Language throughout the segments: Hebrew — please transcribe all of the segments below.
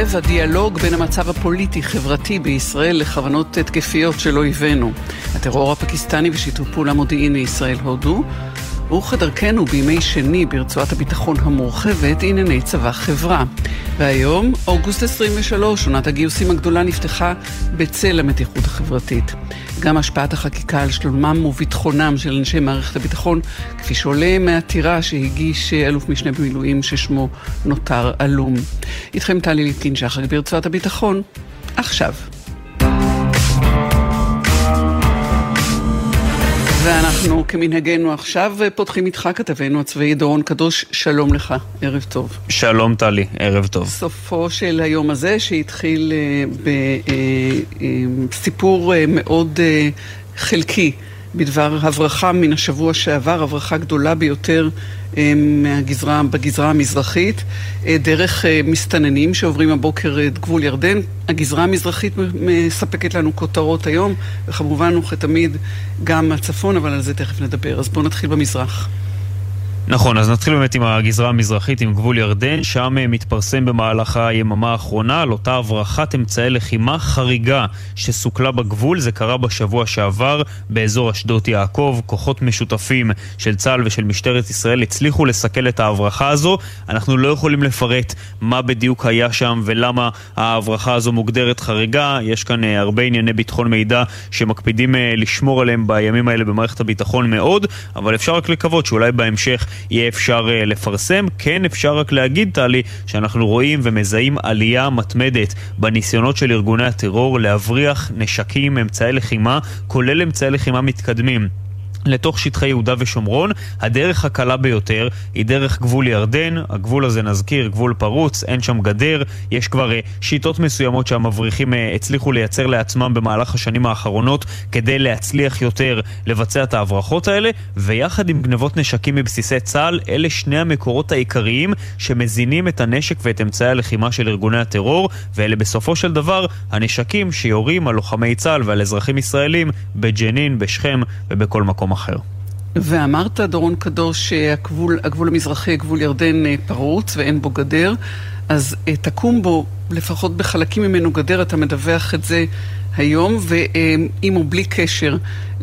הערב הדיאלוג בין המצב הפוליטי-חברתי בישראל לכוונות התקפיות של אויבינו. הטרור הפקיסטני ושיתוף פעולה מודיעיני ישראל-הודו. וכדרכנו בימי שני ברצועת הביטחון המורחבת ענייני צבא חברה. והיום, אוגוסט 23, עונת הגיוסים הגדולה נפתחה בצל המתיחות החברתית. גם השפעת החקיקה על שלומם וביטחונם של אנשי מערכת הביטחון, כפי שעולה מהעתירה שהגיש אלוף משנה במילואים ששמו נותר עלום. איתכם טלי ליפקין שחר ברצועת הביטחון, עכשיו. ואנחנו כמנהגנו עכשיו פותחים איתך כתבנו הצבאי דורון קדוש, שלום לך, ערב טוב. שלום טלי, ערב טוב. סופו של היום הזה שהתחיל בסיפור מאוד חלקי בדבר הברחה מן השבוע שעבר, הברחה גדולה ביותר בגזרה המזרחית, דרך מסתננים שעוברים הבוקר את גבול ירדן. הגזרה המזרחית מספקת לנו כותרות היום, וכמובן וכתמיד גם הצפון, אבל על זה תכף נדבר. אז בואו נתחיל במזרח. נכון, אז נתחיל באמת עם הגזרה המזרחית, עם גבול ירדן. שם מתפרסם במהלך היממה האחרונה על אותה הברחת אמצעי לחימה חריגה שסוכלה בגבול. זה קרה בשבוע שעבר באזור אשדות יעקב. כוחות משותפים של צה"ל ושל משטרת ישראל הצליחו לסכל את ההברחה הזו. אנחנו לא יכולים לפרט מה בדיוק היה שם ולמה ההברחה הזו מוגדרת חריגה. יש כאן הרבה ענייני ביטחון מידע שמקפידים לשמור עליהם בימים האלה במערכת הביטחון מאוד, אבל אפשר רק לקוות שאולי בהמשך יהיה אפשר לפרסם. כן, אפשר רק להגיד, טלי, שאנחנו רואים ומזהים עלייה מתמדת בניסיונות של ארגוני הטרור להבריח נשקים, אמצעי לחימה, כולל אמצעי לחימה מתקדמים לתוך שטחי יהודה ושומרון. הדרך הקלה ביותר היא דרך גבול ירדן. הגבול הזה, נזכיר, גבול פרוץ, אין שם גדר. יש כבר שיטות מסוימות שהמבריחים הצליחו לייצר לעצמם במהלך השנים האחרונות כדי להצליח יותר לבצע את ההברחות האלה, ויחד עם גנבות נשקים מבסיסי צה"ל, אלה שני המקורות העיקריים שמזינים את הנשק ואת אמצעי הלחימה של ארגוני הטרור, ואלה בסופו של דבר הנשקים שיורים על לוחמי צה"ל ועל אזרחים ישראלים בג'נין, בשכם ובכל מקום אחר. ואמרת, דורון קדוש, שהגבול המזרחי, הגבול ירדן פרוץ ואין בו גדר, אז תקום בו לפחות בחלקים ממנו גדר. אתה מדווח את זה היום, ואם הוא בלי קשר,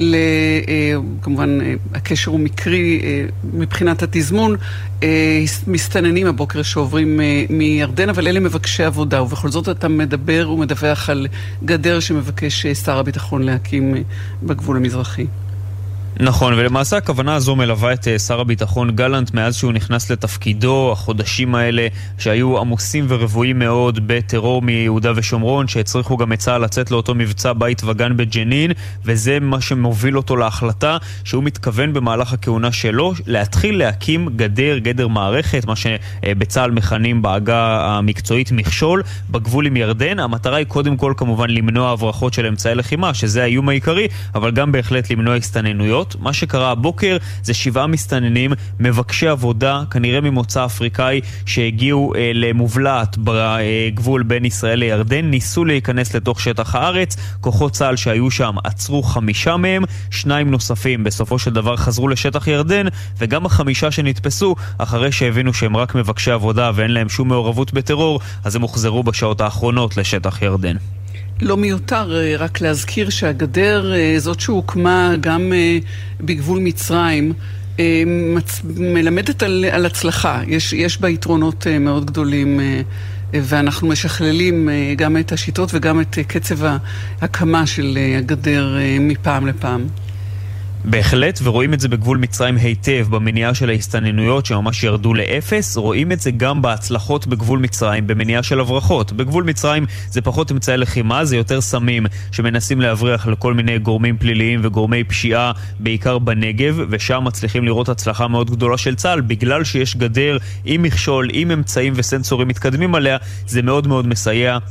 כמובן הקשר הוא מקרי מבחינת התזמון, מסתננים הבוקר שעוברים מירדן, אבל אלה מבקשי עבודה, ובכל זאת אתה מדבר ומדווח על גדר שמבקש שר הביטחון להקים בגבול המזרחי. נכון, ולמעשה הכוונה הזו מלווה את שר הביטחון גלנט מאז שהוא נכנס לתפקידו. החודשים האלה שהיו עמוסים ורבועים מאוד בטרור מיהודה ושומרון, שהצריכו גם את צה"ל לצאת לאותו מבצע בית וגן בג'נין, וזה מה שמוביל אותו להחלטה שהוא מתכוון במהלך הכהונה שלו להתחיל להקים גדר מערכת, מה שבצה"ל מכנים בעגה המקצועית מכשול, בגבול עם ירדן. המטרה היא קודם כל כמובן למנוע הברחות של אמצעי לחימה, שזה האיום העיקרי, אבל גם בהחלט למנוע הסתננויות. מה שקרה הבוקר זה 7 מסתננים מבקשי עבודה, כנראה ממוצא אפריקאי, שהגיעו למובלעת בגבול בין ישראל לירדן, ניסו להיכנס לתוך שטח הארץ. כוחות צה"ל שהיו שם עצרו 5 מהם, 2 נוספים בסופו של דבר חזרו לשטח ירדן, וגם 5 שנתפסו אחרי שהבינו שהם רק מבקשי עבודה ואין להם שום מעורבות בטרור, אז הם הוחזרו בשעות האחרונות לשטח ירדן. לא מיותר רק להזכיר שהגדר זאת שהוקמה גם בגבול מצרים מלמדת על הצלחה. יש בה יתרונות מאוד גדולים, ואנחנו משכללים גם את השיטות וגם את קצב ההקמה של הגדר מפעם לפעם. בהחלט, ורואים את זה בגבול מצרים היטב, במניעה של ההסתננויות שממש ירדו לאפס. רואים את זה גם בהצלחות בגבול מצרים, במניעה של הברחות. בגבול מצרים זה פחות אמצעי לחימה, זה יותר סמים שמנסים להבריח לכל מיני גורמים פליליים וגורמי פשיעה, בעיקר בנגב, ושם מצליחים לראות הצלחה מאוד גדולה של צה"ל, בגלל שיש גדר עם מכשול, עם אמצעים וסנסורים מתקדמים עליה. זה מאוד מאוד מסייע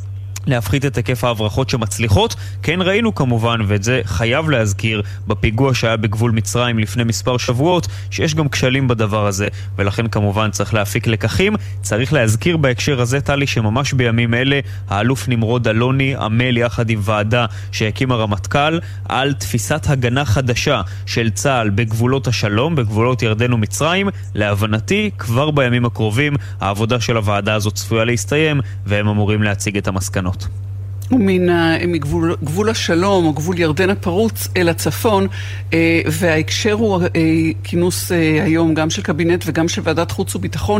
להפחית את היקף ההברחות שמצליחות. כן ראינו כמובן, ואת זה חייב להזכיר, בפיגוע שהיה בגבול מצרים לפני מספר שבועות, שיש גם כשלים בדבר הזה, ולכן כמובן צריך להפיק לקחים. צריך להזכיר בהקשר הזה, טלי, שממש בימים אלה האלוף נמרוד אלוני עמל יחד עם ועדה שהקים הרמטכ"ל על תפיסת הגנה חדשה של צה"ל בגבולות השלום, בגבולות ירדן ומצרים. להבנתי, כבר בימים הקרובים העבודה של הוועדה הזאת צפויה להסתיים, והם אמורים להציג את המסקנות. מגבול השלום או גבול ירדן הפרוץ אל הצפון, וההקשר הוא כינוס היום גם של קבינט וגם של ועדת חוץ וביטחון,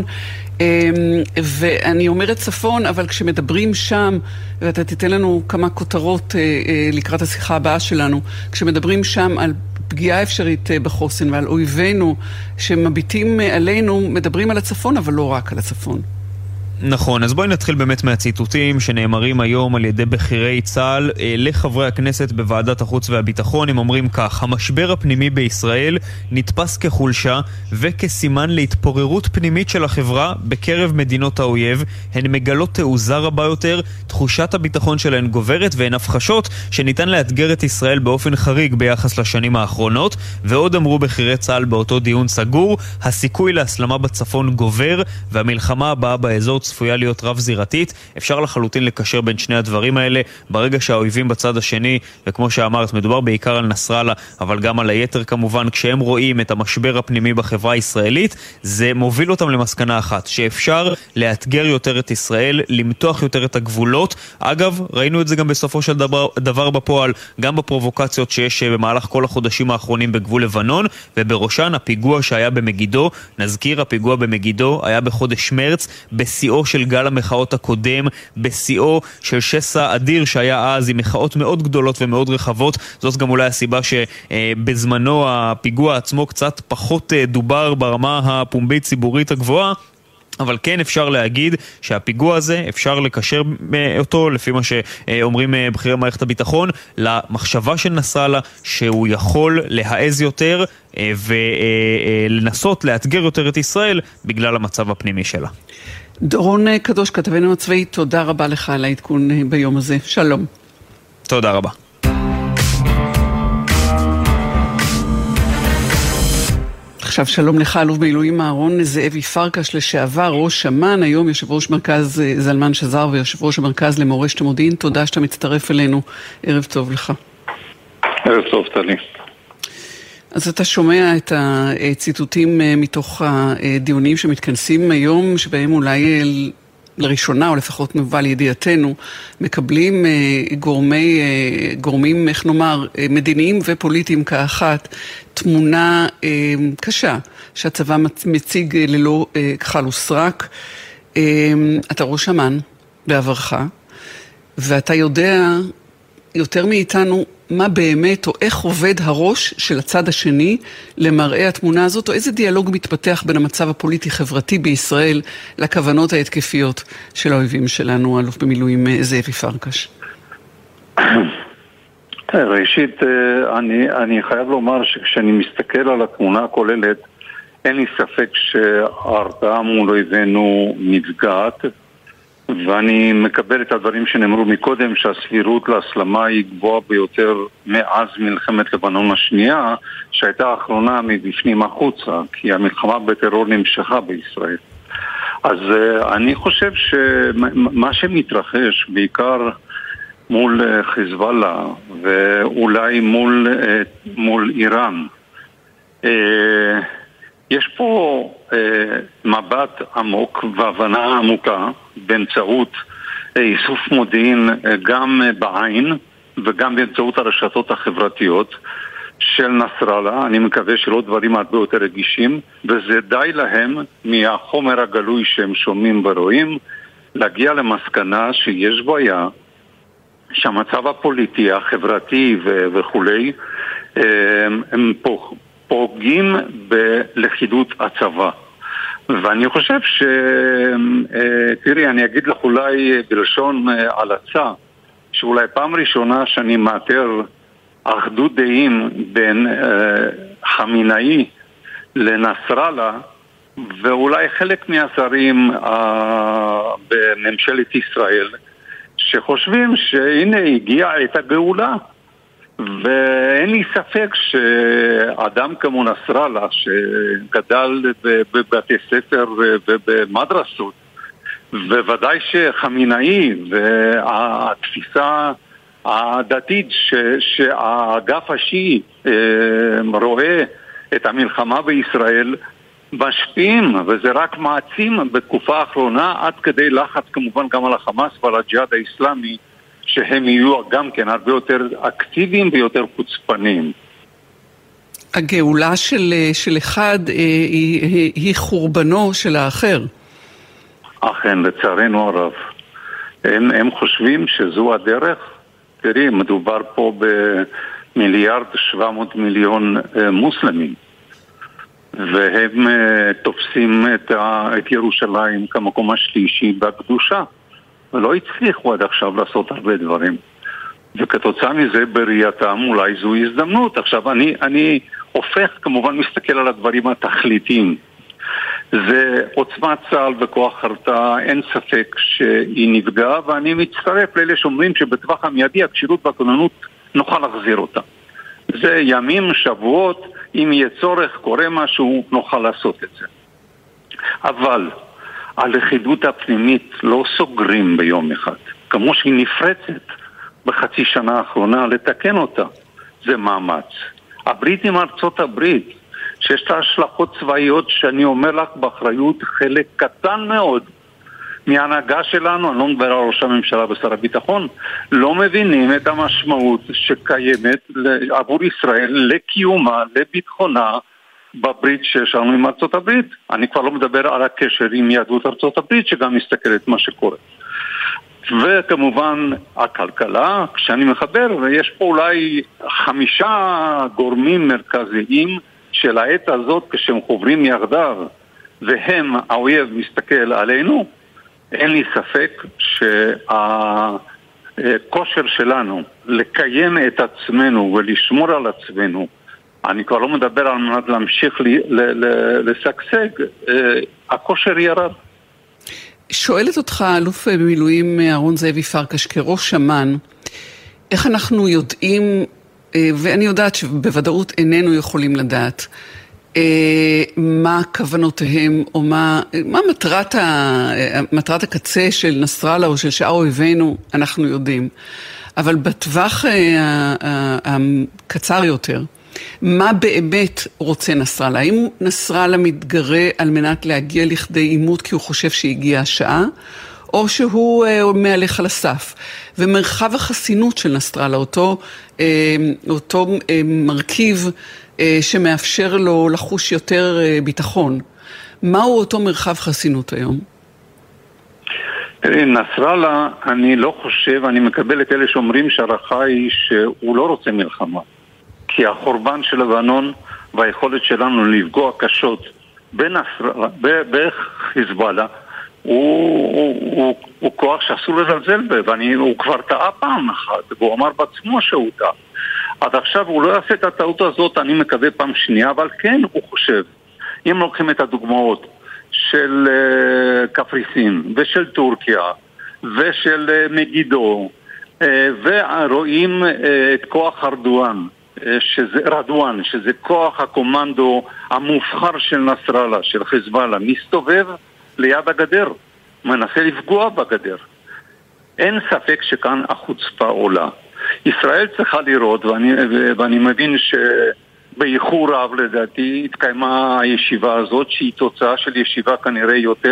ואני אומרת צפון, אבל כשמדברים שם, ואתה תיתן לנו כמה כותרות לקראת השיחה הבאה שלנו, כשמדברים שם על פגיעה אפשרית בחוסן ועל אויבינו שמביטים עלינו, מדברים על הצפון אבל לא רק על הצפון. נכון, אז בואי נתחיל באמת מהציטוטים שנאמרים היום על ידי בכירי צה"ל לחברי הכנסת בוועדת החוץ והביטחון. הם אומרים כך: המשבר הפנימי בישראל נתפס כחולשה וכסימן להתפוררות פנימית של החברה בקרב מדינות האויב. הן מגלות תעוזה רבה יותר, תחושת הביטחון שלהן גוברת, והן הפחשות שניתן לאתגר את ישראל באופן חריג ביחס לשנים האחרונות. ועוד אמרו בכירי צה"ל באותו דיון סגור, הסיכוי להסלמה בצפון גובר, והמלחמה הבאה באזור צפויה להיות רב זירתית. אפשר לחלוטין לקשר בין שני הדברים האלה. ברגע שהאויבים בצד השני, וכמו שאמרת, מדובר בעיקר על נסראללה, אבל גם על היתר כמובן, כשהם רואים את המשבר הפנימי בחברה הישראלית, זה מוביל אותם למסקנה אחת, שאפשר לאתגר יותר את ישראל, למתוח יותר את הגבולות. אגב, ראינו את זה גם בסופו של דבר בפועל, גם בפרובוקציות שיש במהלך כל החודשים האחרונים בגבול לבנון, ובראשן הפיגוע שהיה במגידו. נזכיר, הפיגוע במגידו היה בחודש מרץ, בשיאו של גל המחאות הקודם, בשיאו של שסע אדיר שהיה אז עם מחאות מאוד גדולות ומאוד רחבות. זאת גם אולי הסיבה שבזמנו הפיגוע עצמו קצת פחות דובר ברמה הפומבית ציבורית הגבוהה. אבל כן אפשר להגיד שהפיגוע הזה, אפשר לקשר אותו, לפי מה שאומרים בכירי מערכת הביטחון, למחשבה של נסראללה שהוא יכול להעז יותר ולנסות לאתגר יותר את ישראל בגלל המצב הפנימי שלה. דורון קדוש, כתבנו הצבאי, תודה רבה לך על העדכון ביום הזה. שלום. תודה רבה. עכשיו שלום לך, אלוף במילואים אהרון זאבי פרקש, לשעבר ראש אמ"ן, היום יושב ראש מרכז זלמן שזר ויושב ראש המרכז למורשת המודיעין. תודה שאתה מצטרף אלינו. ערב טוב לך. ערב טוב, טלי. אז אתה שומע את הציטוטים מתוך הדיונים שמתכנסים היום, שבהם אולי לראשונה, או לפחות מובא לידיעתנו, מקבלים גורמים, איך נאמר, מדיניים ופוליטיים כאחת, תמונה קשה שהצבא מציג ללא כחל וסרק. אתה ראש אמ"ן בעברך, ואתה יודע יותר מאיתנו מה באמת או איך עובד הראש של הצד השני למראה התמונה הזאת, או איזה דיאלוג מתפתח בין המצב הפוליטי-חברתי בישראל לכוונות ההתקפיות של האויבים שלנו, אלוף במילואים זאבי פרקש. ראשית, אני חייב לומר שכשאני מסתכל על התמונה הכוללת, אין לי ספק שההרתעה מול אויבינו נפגעת, ואני מקבל את הדברים שנאמרו מקודם, שהסבירות להסלמה היא גבוהה ביותר מאז מלחמת לבנון השנייה, שהייתה האחרונה מבפנים החוצה, כי המלחמה בטרור נמשכה בישראל. אז אני חושב שמה שמתרחש בעיקר מול חיזבאללה ואולי מול איראן, יש פה מבט עמוק והבנה עמוקה באמצעות איסוף מודיעין גם בעין וגם באמצעות הרשתות החברתיות של נסראללה. אני מקווה שלא דברים הרבה יותר רגישים, וזה די להם מהחומר הגלוי שהם שומעים ורואים להגיע למסקנה שיש בעיה, שהמצב הפוליטי, החברתי וכולי, הם פוגעים בלכידות הצבא. ואני חושב תראי, אני אגיד לך אולי בלשון הלצה, שאולי פעם ראשונה שאני מאתר אחדות דעים בין חמינאי לנסראללה, ואולי חלק מהשרים בממשלת ישראל שחושבים שהנה הגיעה את הגאולה. ואין לי ספק שאדם כמו נסראללה שגדל בבתי ספר ובמדרסות, וודאי שחמינאי והתפיסה הדתית שהאגף השיעי רואה את המלחמה בישראל משפיעים, וזה רק מעצים בתקופה האחרונה, עד כדי לחץ כמובן גם על החמאס ועל הג'יהאד האסלאמי, שהם יהיו גם כן הרבה יותר אקטיביים ויותר חוצפניים. הגאולה של אחד היא חורבנו של האחר. אכן, לצערנו הרב. הם חושבים שזו הדרך. תראי, מדובר פה ב1.7 מיליארד מוסלמים. והם תופסים את ירושלים כמקום השלישי בקדושה. ולא הצליחו עד עכשיו לעשות הרבה דברים. וכתוצאה מזה בראייתם אולי זו הזדמנות. עכשיו אני הופך כמובן מסתכל על הדברים התכליתיים. זה עוצמת צה"ל וכוח הרתעה, אין ספק שהיא נפגעה, ואני מצטרף לאלה שאומרים שבטווח המיידי הכשירות והכוננות נוכל להחזיר אותה. זה ימים, שבועות, אם יהיה צורך, קורה משהו, נוכל לעשות את זה. אבל הלכידות הפנימית לא סוגרים ביום אחד. כמו שהיא נפרצת בחצי שנה האחרונה, לתקן אותה. זה מאמץ. הברית עם ארצות הברית, שיש את ההשלכות צבאיות שאני אומר לך באחריות, חלק קטן מאוד מההנהגה שלנו, אני לא מדבר על ראש הממשלה ושר הביטחון, לא מבינים את המשמעות שקיימת עבור ישראל לקיומה, לביטחונה, בברית שיש לנו עם ארצות הברית. אני כבר לא מדבר על הקשר עם יהדות ארצות הברית, שגם מסתכלת מה שקורה. וכמובן הכלכלה, כשאני מחבר, ויש פה אולי 5 גורמים מרכזיים של העת הזאת, כשהם חוברים יחדיו, והם, האויב מסתכל עלינו, אין לי ספק שהכושר שלנו לקיים את עצמנו ולשמור על עצמנו, אני כבר לא מדבר על מנת להמשיך לשגשג, הכושר ירד. שואלת אותך אלוף במילואים אהרון זאבי פרקש כראש אמ"ן, איך אנחנו יודעים, ואני יודעת שבוודאות איננו יכולים לדעת, מה כוונותיהם או מה מטרת הקצה של נסראללה או של שאר אויבינו, אנחנו יודעים. אבל בטווח הקצר יותר, מה באמת רוצה נסראללה? האם נסראללה מתגרה על מנת להגיע לכדי עימות כי הוא חושב שהגיעה השעה, או שהוא מהלך על הסף? ומרחב החסינות של נסראללה, אותו מרכיב שמאפשר לו לחוש יותר ביטחון, מהו אותו מרחב חסינות היום? נסראללה, אני לא חושב, אני מקבל את אלה שאומרים שהערכה היא שהוא לא רוצה מלחמה. כי החורבן של לבנון והיכולת שלנו לפגוע קשות בחיזבאללה הוא כוח שאסור לזלזל בו, והוא כבר טעה פעם אחת, והוא אמר בעצמו שהוא טעה. עד עכשיו הוא לא יעשה את הטעות הזאת, אני מקווה פעם שנייה, אבל כן הוא חושב, אם לוקחים את הדוגמאות של קפריסין ושל טורקיה ושל מגידו, ורואים את כוח רדואן, שזה כוח הקומנדו המובחר של נסראללה, של חיזבאללה, מסתובב ליד הגדר, מנסה לפגוע בגדר. אין ספק שכאן החוצפה עולה. ישראל צריכה לראות, ואני מבין שבאיחור רב לדעתי התקיימה הישיבה הזאת, שהיא תוצאה של ישיבה כנראה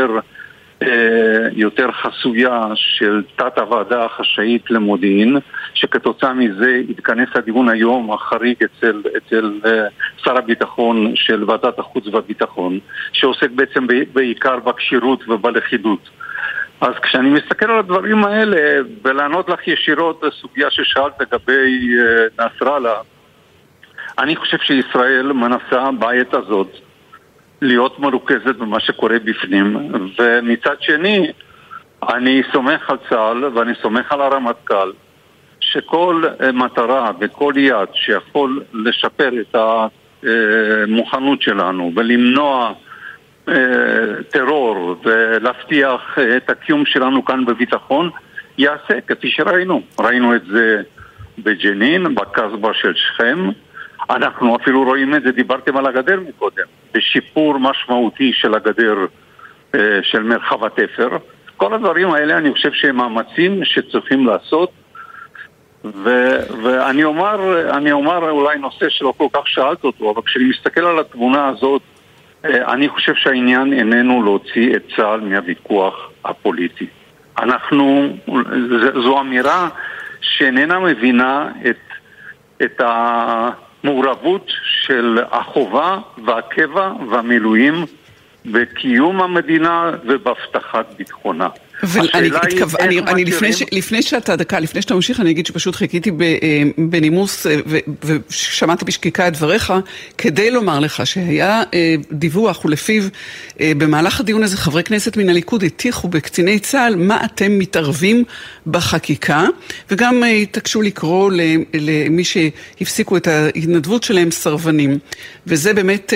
יותר חסויה של תת הוועדה החשאית למודיעין, שכתוצאה מזה התכנס הדיון היום החריג אצל שר הביטחון של ועדת החוץ והביטחון, שעוסק בעצם בעיקר בקשירות ובלכידות. אז כשאני מסתכל על הדברים האלה, ולענות לך ישירות לסוגיה ששאלת לגבי נסראללה, אני חושב שישראל מנסה בעת הזאת להיות מרוכזת במה שקורה בפנים, ומצד שני אני סומך על צה"ל ואני סומך על הרמטכ"ל שכל מטרה וכל יד שיכול לשפר את המוכנות שלנו ולמנוע טרור ולהבטיח את הקיום שלנו כאן בביטחון, יעשה כפי שראינו. ראינו את זה בג'נין, בקסבה של שכם, אנחנו אפילו רואים את זה, דיברתם על הגדר מקודם, בשיפור משמעותי של הגדר של מרחב התפר. כל הדברים האלה אני חושב שהם מאמצים שצריכים לעשות, ואני אומר אולי נושא שלא כל כך שאלת אותו, אבל כשאני מסתכל על התמונה הזאת, אני חושב שהעניין איננו להוציא את צה"ל מהוויכוח הפוליטי. זו אמירה שאיננה מבינה את המעורבות של החובה והקבע והמילואים בקיום המדינה ובהבטחת ביטחונה. לפני שאתה ממשיך, אני אגיד שפשוט חיכיתי בנימוס ושמעתי בשקיקה את דבריך כדי לומר לך שהיה דיווח ולפיו במהלך הדיון הזה חברי כנסת מן הליכוד הטיחו בקציני צה"ל מה אתם מתערבים בחקיקה, וגם התעקשו לקרוא למי שהפסיקו את ההתנדבות שלהם סרבנים, וזה באמת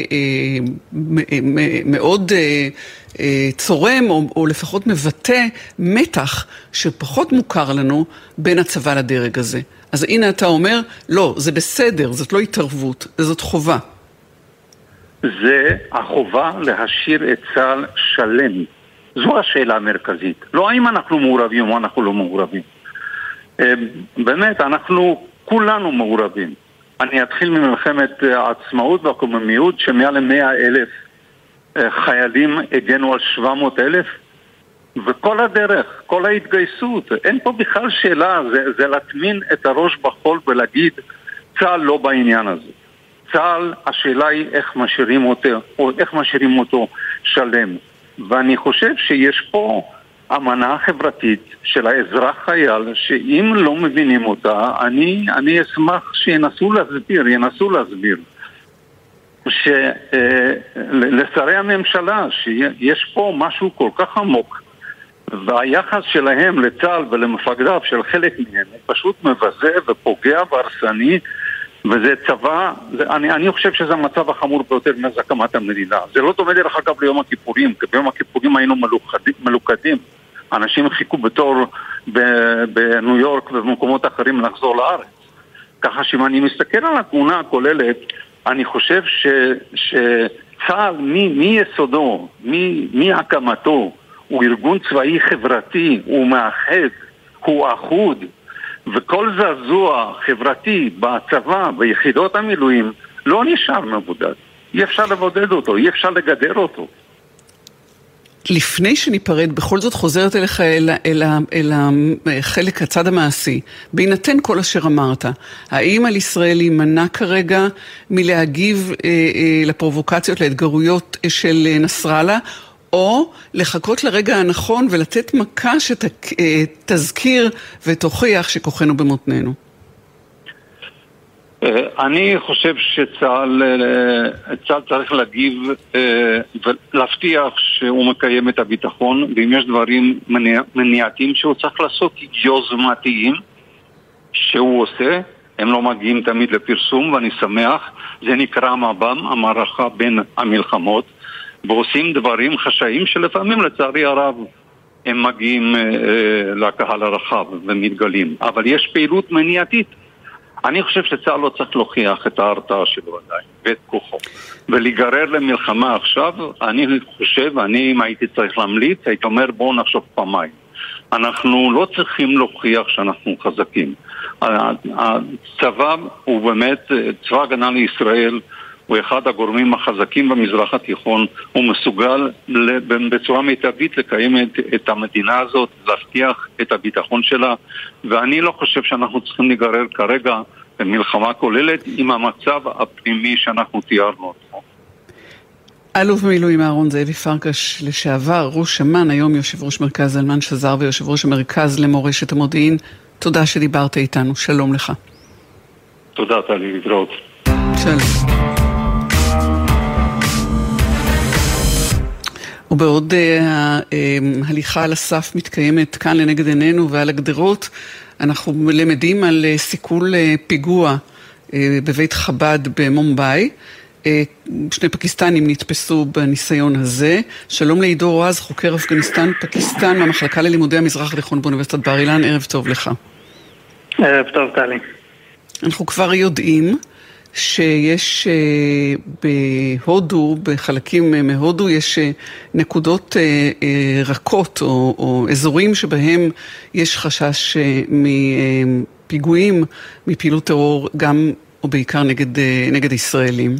מאוד צורם או לפחות מבטא מתח שפחות מוכר לנו בין הצבא לדרג הזה. אז הנה אתה אומר, לא, זה בסדר, זאת לא התערבות, זאת חובה. זה החובה להשאיר את צה"ל שלם. זו השאלה המרכזית. לא האם אנחנו מעורבים או אנחנו לא מעורבים. באמת, אנחנו כולנו מעורבים. אני אתחיל ממלחמת העצמאות והקוממיות שמעל 100,000 חיילים הגנו על 700,000, וכל הדרך, כל ההתגייסות, אין פה בכלל שאלה, זה להטמין את הראש בחול ולהגיד צה"ל לא בעניין הזה. צה"ל, השאלה היא איך משאירים אותו שלם. ואני חושב שיש פה אמנה חברתית של האזרח חייל, שאם לא מבינים אותה, אני אשמח שינסו להסביר. שלשרי הממשלה שיש פה משהו כל כך עמוק, והיחס שלהם לצה"ל ולמפקדיו של חלק מהם פשוט מבזה ופוגע והרסני, וזה צבא, אני חושב שזה המצב החמור ביותר מאז הקמת המדינה. זה לא דומה דרך אגב ליום הכיפורים, כי ביום הכיפורים היינו מלוכדים, אנשים חיכו בתור בניו יורק ובמקומות אחרים לחזור לארץ. ככה שאם אני מסתכל על התמונה הכוללת, אני חושב שצה"ל מיסודו, מהקמתו, הוא ארגון צבאי חברתי, הוא מאחד, הוא אחוד, וכל זעזוע חברתי בצבא, ביחידות המילואים, לא נשאר מבודד. אי אפשר לבודד אותו, אי אפשר לגדר אותו. לפני שניפרד, בכל זאת חוזרת אליך אל החלק הצד המעשי. בהינתן כל אשר אמרת, האם על ישראל להימנע כרגע מלהגיב לפרובוקציות, להתגרויות של נסראללה, או לחכות לרגע הנכון ולתת מכה שתזכיר ותוכיח שכוחנו במותננו? אני חושב שצה"ל צריך להגיב ולהבטיח שהוא מקיים את הביטחון, ואם יש דברים מניעתיים שהוא צריך לעשות יוזמתיים שהוא עושה, הם לא מגיעים תמיד לפרסום, ואני שמח, זה נקרא מב"ם, המערכה בין המלחמות, ועושים דברים חשאיים שלפעמים לצערי הרב הם מגיעים לקהל הרחב ומתגלים, אבל יש פעילות מניעתית. אני חושב שצה"ל לא צריך להוכיח את ההרתעה שלו עדיין ואת כוחו ולהיגרר למלחמה עכשיו. אני חושב, אם הייתי צריך להמליץ, הייתי אומר בואו נחשוב פעמיים. אנחנו לא צריכים להוכיח שאנחנו חזקים. הצבא הוא באמת, צבא הגנה לישראל הוא אחד הגורמים החזקים במזרח התיכון, הוא מסוגל בצורה מיטבית לקיים את המדינה הזאת, להבטיח את הביטחון שלה, ואני לא חושב שאנחנו צריכים להיגרר כרגע במלחמה כוללת עם המצב הפנימי שאנחנו תיארנו אותו. אלוף במילואים אהרון זאבי פרקש, לשעבר ראש אמ"ן, היום יושב ראש מרכז זלמן שזר ויושב ראש המרכז למורשת המודיעין, תודה שדיברת איתנו, שלום לך. תודה טלי, להתראות. שלום. ובעוד ההליכה על הסף מתקיימת כאן לנגד עינינו ועל הגדרות, אנחנו למדים על סיכול פיגוע בבית חב"ד במומבאי, שני פקיסטנים נתפסו בניסיון הזה. שלום לעידו רז, חוקר אפגניסטן פקיסטן מהמחלקה ללימודי המזרח התיכון באוניברסיטת בר אילן. ערב טוב לך. ערב טוב, טלי. אנחנו כבר יודעים שיש בהודו, בחלקים מהודו, יש נקודות רכות או אזורים שבהם יש חשש מפיגועים, מפעילות טרור, גם או בעיקר נגד ישראלים.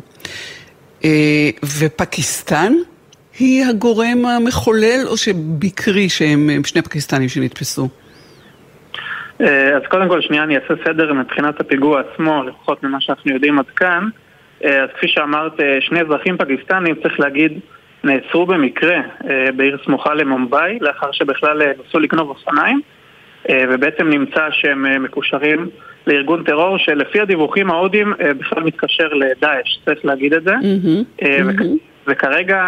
ופקיסטן היא הגורם המחולל, או שבקרי שהם שני פקיסטנים שנתפסו? אז קודם כל שנייה אני אעשה סדר מבחינת הפיגוע עצמו, לפחות ממה שאנחנו יודעים עד כאן. אז כפי שאמרת, שני אזרחים פקיסטנים, צריך להגיד, נעצרו במקרה בעיר סמוכה למומביי, לאחר שבכלל נסו לקנוב אופניים, ובעצם נמצא שהם מקושרים לארגון טרור שלפי הדיווחים ההודים בכלל מתקשר לדאעש, צריך להגיד את זה. וכרגע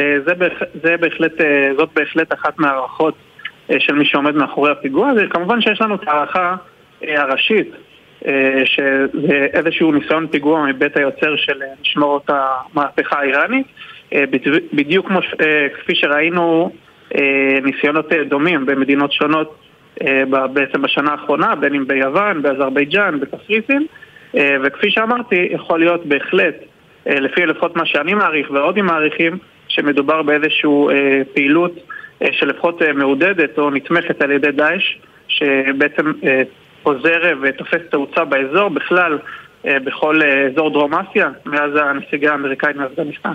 זאת בהחלט אחת מהערכות של מי שעומד מאחורי הפיגוע. כמובן שיש לנו את הערכה הראשית, שזה איזשהו ניסיון פיגוע מבית היוצר של לשמור את המהפכה האיראנית, בדיוק כפי שראינו ניסיונות דומים במדינות שונות בעצם בשנה האחרונה, בין אם ביוון, באזרבייג'אן, בקפריסין, וכפי שאמרתי, יכול להיות בהחלט, לפי לפחות מה שאני מעריך והודים מעריכים, שמדובר באיזשהו פעילות שלפחות מעודדת או נתמכת על ידי דאעש, שבעצם עוזר ותופס תאוצה באזור, בכלל בכל אזור דרום אסיה, מאז הנסיגה האמריקאית מאפגניסטן.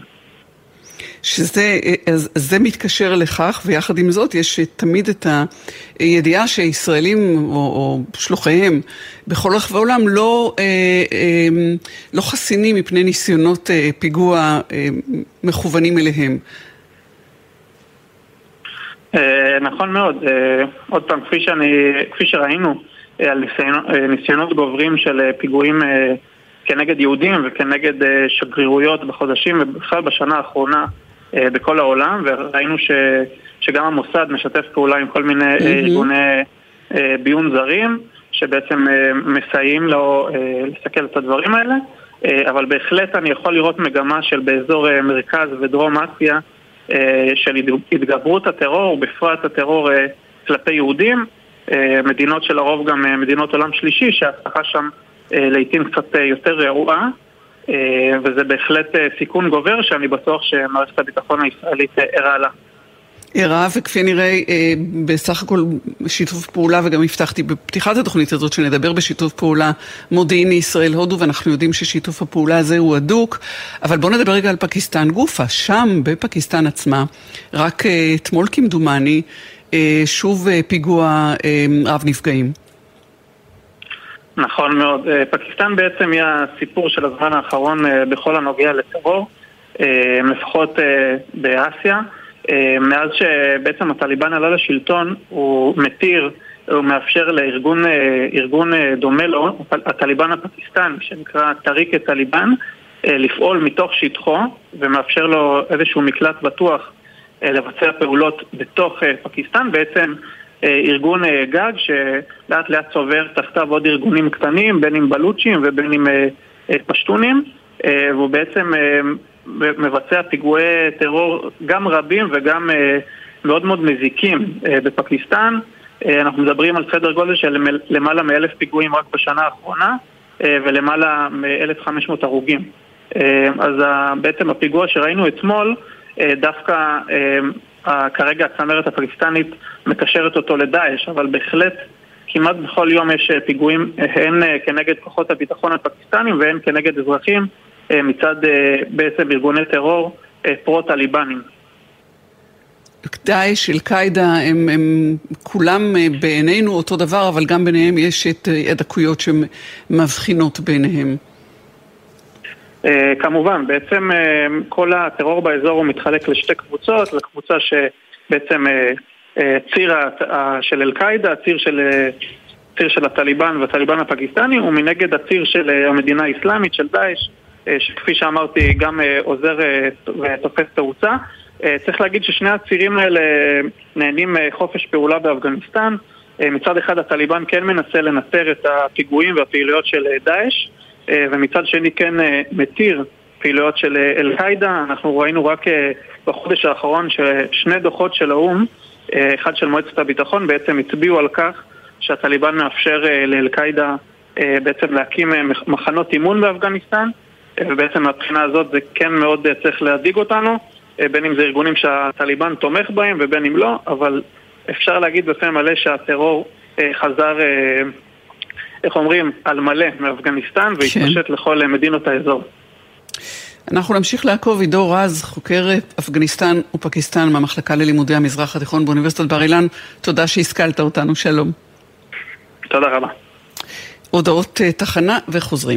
שזה מתקשר לכך, ויחד עם זאת יש תמיד את הידיעה שישראלים או שלוחיהם בכל רחבי העולם לא חסינים מפני ניסיונות פיגוע מכוונים אליהם. נכון מאוד. עוד פעם, כפי שראינו על ניסיונות גוברים של פיגועים כנגד יהודים וכנגד שגרירויות בחודשים ובכלל בשנה האחרונה בכל העולם, וראינו שגם המוסד משתף פעולה עם כל מיני ארגוני ביון זרים שבעצם מסייעים לו לסכל את הדברים האלה, אבל בהחלט אני יכול לראות מגמה של באזור מרכז ודרום אסיה של התגברות הטרור, בפרט הטרור כלפי יהודים, מדינות שלרוב גם מדינות עולם שלישי שההצלחה שם לעתים קצת יותר רעועה, וזה בהחלט סיכון גובר שאני בטוח שמערכת הביטחון הישראלית ערה לה. ערה, וכפי נראה בסך הכל שיתוף פעולה, וגם הבטחתי בפתיחת התוכנית הזאת שנדבר בשיתוף פעולה מודיעיני ישראל-הודו, ואנחנו יודעים ששיתוף הפעולה הזה הוא הדוק, אבל בואו נדבר רגע על פקיסטן גופה. שם בפקיסטן עצמה, רק אתמול כמדומני, שוב פיגוע רב נפגעים. נכון מאוד. פקיסטן בעצם היא הסיפור של הזמן האחרון בכל הנוגע לטרור, לפחות באסיה. מאז שבעצם הטליבן עלה לשלטון, הוא מתיר, הוא מאפשר לארגון דומה לו, הטליבן הפקיסטני, שנקרא טריק טליבן, לפעול מתוך שטחו, ומאפשר לו איזשהו מקלט בטוח לבצע פעולות בתוך פקיסטן. בעצם ארגון גג שלאט לאט צובר תחתיו עוד ארגונים קטנים, בין אם בלוצ'ים ובין אם פשטונים, והוא בעצם מבצע פיגועי טרור גם רבים וגם מאוד מאוד מזיקים בפקיסטן. אנחנו מדברים על סדר גודל של למעלה מ1,000 פיגועים רק בשנה האחרונה, ולמעלה מ1,500 הרוגים. אז בעצם הפיגוע שראינו אתמול, דווקא כרגע הצמרת הפקיסטנית מקשרת אותו לדאעש, אבל בהחלט כמעט בכל יום יש פיגועים הן כנגד כוחות הביטחון הפקיסטנים והן כנגד אזרחים מצד בעצם ארגוני טרור פרו-טליבנים. דאעש, אל-קאעידה, הם כולם בעינינו אותו דבר, אבל גם ביניהם יש את הדקויות שמבחינות ביניהם. כמובן, בעצם כל הטרור באזור הוא מתחלק לשתי קבוצות, לקבוצה שבעצם ציר של אל-קאעידה, ציר של הטליבן והטליבן הפקיסטני, ומנגד הציר של המדינה האסלאמית של דאעש, שכפי שאמרתי גם עוזר ותופס תאוצה. צריך להגיד ששני הצירים האלה נהנים חופש פעולה באפגניסטן. מצד אחד הטליבן כן מנסה לנטר את הפיגועים והפעילויות של דאעש, ומצד שני כן מתיר פעילויות של אל-קאידה. אנחנו ראינו רק בחודש האחרון ששני דוחות של האום, אחד של מועצת הביטחון, בעצם הצביעו על כך שהטליבן מאפשר לאל-קאידה בעצם להקים מחנות אימון באפגניסטן, ובעצם מהבחינה הזאת זה כן מאוד צריך להדאיג אותנו, בין אם זה ארגונים שהטליבן תומך בהם ובין אם לא, אבל אפשר להגיד בפה מלא שהטרור חזר, איך אומרים, על מלא מאפגניסטן והתפשט לכל מדינות האזור. אנחנו נמשיך לעקוב. עידו רז, חוקר אפגניסטן ופקיסטן מהמחלקה ללימודי המזרח התיכון באוניברסיטת בר אילן, תודה שהשכלת אותנו, שלום. תודה רבה. הודעות תחנה וחוזרים.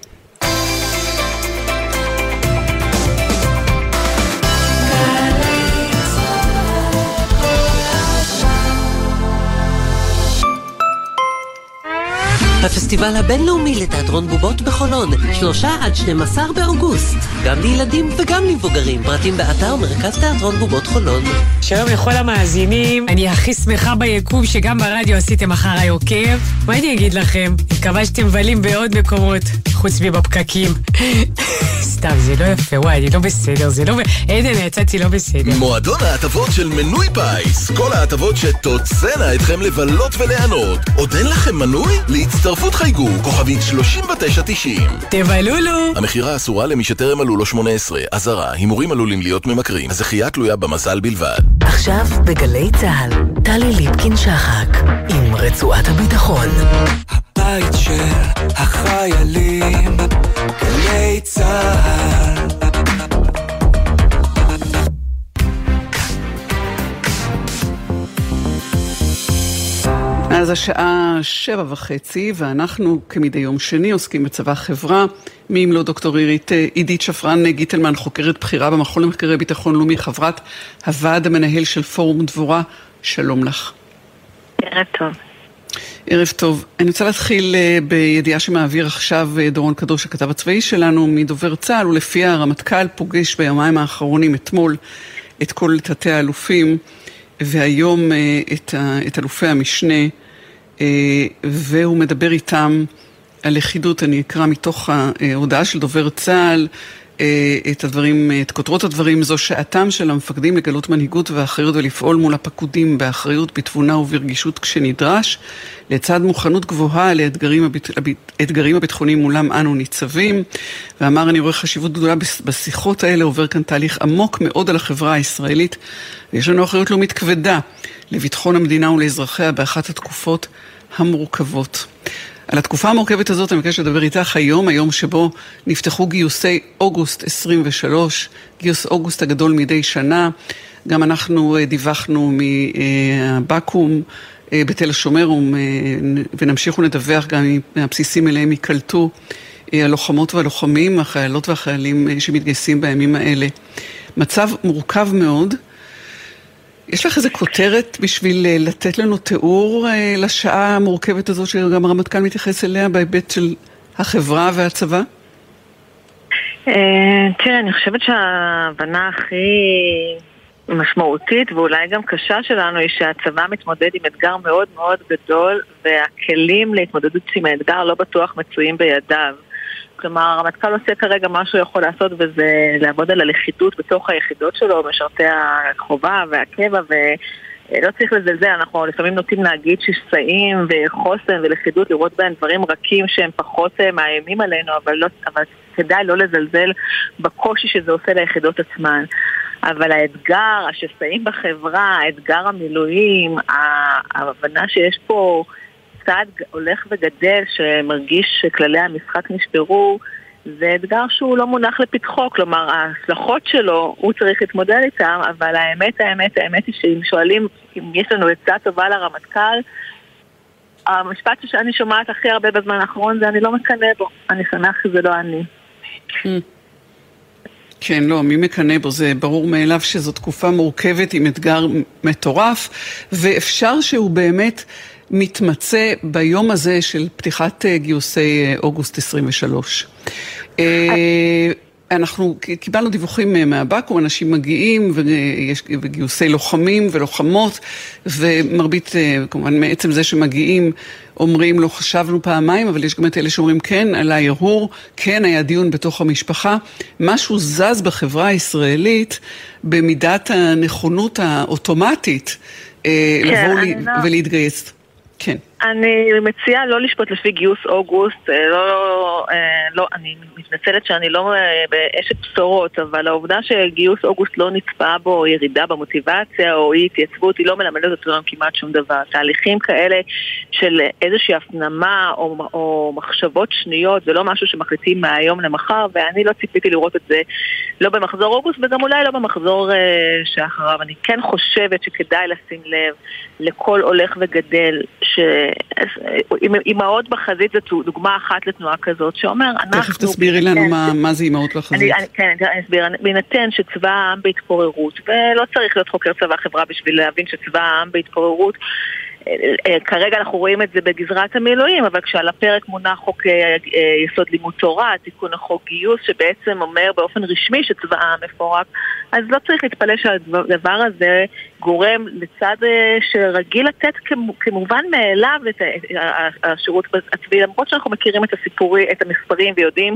הפסטיבל הבינלאומי לתיאטרון בובות בחולון, 3 עד 12 באוגוסט. גם לילדים וגם למבוגרים. פרטים באתר מרכז תיאטרון בובות חולון. שלום לכל המאזינים. אני הכי שמחה ביקום שגם ברדיו עשיתם אחריי עוקב. מה אני אגיד לכם? מקווה שאתם מבלים בעוד מקומות, חוץ מבפקקים. סתם, זה לא יפה, וואי, אני לא בסדר, זה לא... עדן, יצאתי לא בסדר. מועדון ההטבות של מנוי פייס. כל ההטבות שתוצאנה אתכם לבלות וליהנות. עוד אין לכם מנוי? להצטרפות חייגו, כוכבית 3990. תבלולו. המחירה אסורה למי שטרם מלאו לו 18. אזהרה, הימורים עלולים להיות ממכרים. הזכייה תלויה במזל בלבד. עכשיו בגלי צהל, טלי ליפקין שחק עם רצועת הביטחון. הבית של החיילים, גלי צהל. אז השעה 7:30, ואנחנו כמדי יום שני עוסקים בצבא חברה. מי אם לא דוקטור עידית שפרן גיטלמן, חוקרת בחירה במכון למחקרי ביטחון לאומי, חברת הוועד המנהל של פורום דבורה. שלום לך. ערב טוב. ערב טוב. אני רוצה להתחיל בידיעה שמעביר עכשיו דורון קדוש, הכתב הצבאי שלנו, מדובר צה"ל, ולפיה הרמטכ"ל פוגש ביומיים האחרונים אתמול את כל תתי האלופים, והיום את אלופי המשנה, והוא מדבר איתם על לכידות. אני אקרא מתוך ההודעה של דובר צה"ל את הדברים, את כותרות הדברים. זו שעתם של המפקדים לגלות מנהיגות ואחריות ולפעול מול הפקודים באחריות, בתבונה וברגישות כשנדרש, לצד מוכנות גבוהה לאתגרים הביטחוניים מולם אנו ניצבים. ואמר, אני רואה חשיבות גדולה בשיחות האלה, עובר כאן תהליך עמוק מאוד על החברה הישראלית, ויש לנו אחריות לאומית כבדה לביטחון המדינה ולאזרחיה באחת התקופות המורכבות. על התקופה המורכבת הזאת אני מבקש לדבר איתך היום שבו נפתחו גיוסי אוגוסט 23, גיוס אוגוסט הגדול מדי שנה. גם אנחנו דיווחנו מבקו"ם בתל השומר, ונמשיך ונדווח גם מהבסיסים אליהם יקלטו הלוחמות והלוחמים, החיילות והחיילים שמתגייסים בימים האלה. מצב מורכב מאוד. יש לך איזה כותרת בשביל לתת לנו תיאור לשעה המורכבת הזאת שגם הרמטכ"ל מתייחס אליה בהיבט של החברה והצבא? תראה, אני חושבת שההבנה הכי משמעותית ואולי גם קשה שלנו היא שהצבא מתמודד עם אתגר מאוד מאוד גדול, והכלים להתמודדות עם האתגר לא בטוח מצויים בידיו. כלומר, הרמטכ"ל עושה כרגע מה שהוא יכול לעשות, וזה לעבוד על הלכידות בתוך היחידות שלו, משרתי החובה והקבע, ולא צריך לזלזל. אנחנו לפעמים נוטים להגיד שסעים וחוסן ולכידות, לראות בהם דברים רכים שהם פחות מאיימים עלינו, אבל כדאי לא לזלזל בקושי שזה עושה ליחידות עצמן. אבל האתגר, השסעים בחברה, האתגר המילואים, ההבנה שיש פה צעד הולך וגדל שמרגיש שכללי המשחק נשברו, זה אתגר שהוא לא מונח לפתחו. כלומר, ההצלחות שלו הוא צריך להתמודד איתם, אבל האמת היא שאם שואלים אם יש לנו עצה טובה לרמטכ"ל, המשפט שאני שומעת הכי הרבה בזמן האחרון זה אני לא מקנא בו, אני שמח שזה לא אני. כן, לא, מי מקנא בו? זה ברור מאליו שזו תקופה מורכבת עם אתגר מטורף, ואפשר שהוא באמת מתמצא ביום הזה של פתיחת גיוסי אוגוסט 23. אנחנו קיבלנו דיווחים מהבקו"ם, אנשים מגיעים ויש גיוסי לוחמים ולוחמות, ומרבית, כמובן מעצם זה שמגיעים, אומרים לא חשבנו פעמיים, אבל יש גם את אלה שאומרים כן, עלה ערעור, כן היה דיון בתוך המשפחה, משהו זז בחברה הישראלית במידת הנכונות האוטומטית לבוא ולהתגייס. כן. אני מציעה לא לשפוט לפי גיוס אוגוסט, לא, אני מתנצלת שאני לא באשת בשורות, אבל העובדה שגיוס אוגוסט לא נצפה בו ירידה במוטיבציה או אי התייצבות, היא לא מלמדת אותנו כמעט שום דבר. תהליכים כאלה של איזושהי הפנמה או מחשבות שניות, זה לא משהו שמחליטים מהיום למחר, ואני לא ציפיתי לראות את זה לא במחזור אוגוסט וגם אולי לא במחזור שאחריו. אני כן חושבת שכדאי לשים לב לכל הולך וגדל אימהות בחזית זו דוגמה אחת לתנועה כזאת שאומר תכף תסבירי לנו מה זה אימהות בחזית. כן, אני אסביר. בהינתן שצבא העם בהתפוררות, ולא צריך להיות חוקר צבא חברה בשביל להבין שצבא העם בהתפוררות, כרגע אנחנו רואים את זה בגזרת המילואים, אבל כשעל הפרק מונח חוק יסוד לימוד תורה, תיקון החוק גיוס שבעצם אומר באופן רשמי שצבא העם מפורק, אז לא צריך להתפלא שהדבר הזה גורם לצד שרגיל לתת כמובן מאליו את השירות הצבאי, למרות שאנחנו מכירים את המספרים ויודעים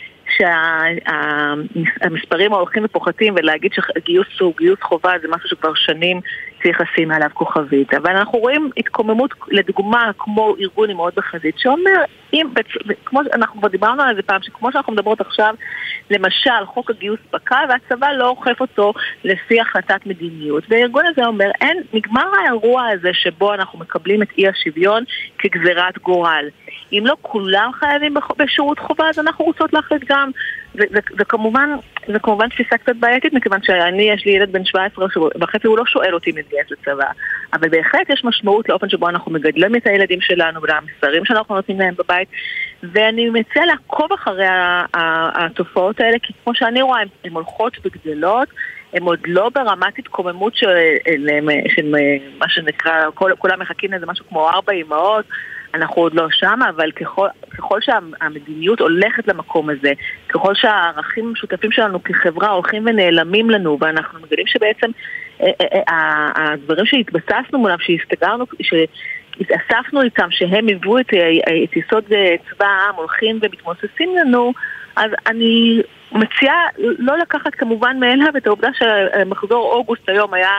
שהמספרים ההולכים ופוחתים, ולהגיד שגיוס הוא גיוס חובה זה משהו שכבר שנים צריך לשים עליו כוכבית. אבל אנחנו רואים התקוממות לדוגמה כמו ארגון אימהות בחזית שאומר, כמו אנחנו כבר דיברנו על זה פעם, שכמו שאנחנו מדברות עכשיו, למשל חוק הגיוס פקע והצבא לא אוכף אותו לפי החלטת מדיניות, והארגון הזה אומר, נגמר האירוע הזה שבו אנחנו מקבלים את אי השוויון כגזירת גורל. אם לא כולם חייבים בשירות חובה, אז אנחנו רוצות להחליט גם. זה כמובן תפיסה קצת בעייתית, מכיוון יש לי ילד בן 17 וחצי, הוא לא שואל אותי מתגייס לצבא. אבל בהחלט יש משמעות לאופן שבו אנחנו מגדלים את הילדים שלנו ולמסרים שאנחנו נותנים להם בבית. ואני מציעה לעקוב אחרי התופעות האלה, כי כמו שאני רואה, הן הולכות וגדלות, הן עוד לא ברמת התקוממות של מה שנקרא, כולם מחכים לזה משהו כמו 4 אימהות, אנחנו עוד לא שם, אבל ככל שהמדיניות הולכת למקום הזה, ככל שהערכים המשותפים שלנו כחברה הולכים ונעלמים לנו, ואנחנו מגלים שבעצם הדברים שהתבססנו מולם, שהתאספנו איתם, שהם היוו את יסוד צבא העם, הולכים ומתמוססים לנו, אז אני מציעה לא לקחת כמובן מאליו את העובדה שמחזור אוגוסט היום היה,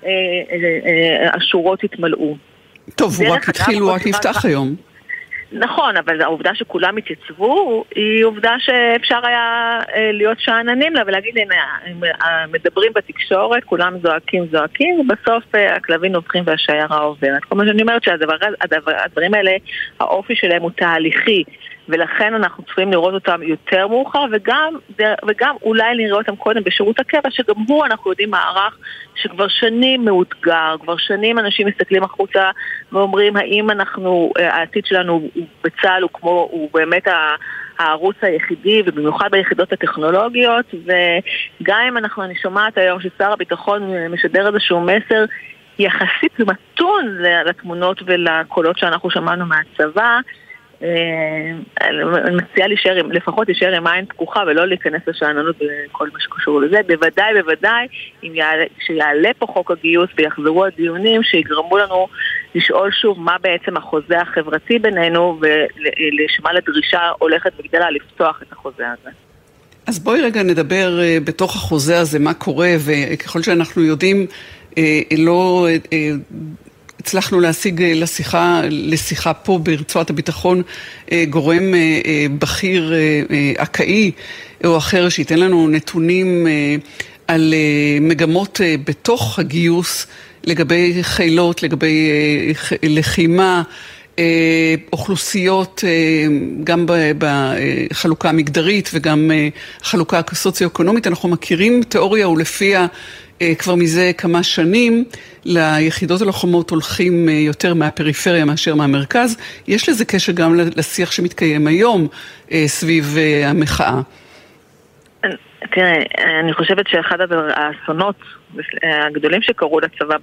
השורות התמלאו. טוב, הוא רק התחיל, הוא רק נפתח היום. נכון, אבל העובדה שכולם התייצבו היא עובדה שאפשר היה להיות שעננים לה ולהגיד, הנה, מדברים בתקשורת, כולם זועקים, ובסוף הכלבים נובחים והשיירה עוברת. כל מה שאני אומרת שהדברים האלה, האופי שלהם הוא תהליכי, ולכן אנחנו צריכים לראות אותם יותר מאוחר, וגם אולי נראה אותם קודם בשירות הקבע, שגם הוא אנחנו יודעים מערך שכבר שנים מאותגר, כבר שנים אנשים מסתכלים החוצה ואומרים האם העתיד שלנו בצה"ל הוא באמת הערוץ היחידי, ובמיוחד ביחידות הטכנולוגיות, וגם אם אני שומעת היום ששר הביטחון משדר איזשהו מסר יחסית מתון לתמונות ולקולות שאנחנו שמענו מהצבא, אני מציעה לפחות להישאר עם עין פקוחה ולא להיכנס לשעננות בכל מה שקשור לזה. בוודאי כשיעלה פה חוק הגיוס ויחזרו הדיונים שיגרמו לנו לשאול שוב מה בעצם החוזה החברתי בינינו, ולשמה לדרישה הולכת וגדלה לפתוח את החוזה הזה. אז בואי רגע נדבר בתוך החוזה הזה מה קורה, וככל שאנחנו יודעים לא הצלחנו להשיג לשיחה פה ברצועת הביטחון גורם בכיר עקאי או אחר שייתן לנו נתונים על מגמות בתוך הגיוס לגבי חילות, לגבי לחימה, אוכלוסיות גם בחלוקה המגדרית וגם חלוקה סוציו-אקונומית. אנחנו מכירים תיאוריה ולפיה כבר מזה כמה שנים ליחידות הלוחמות הולכים יותר מהפריפריה מאשר מהמרכז. יש לזה קשר גם לשיח שמתקיים היום סביב המחאה. תראה, אני חושבת שאחד האסונות הגדולים שקרו לצבא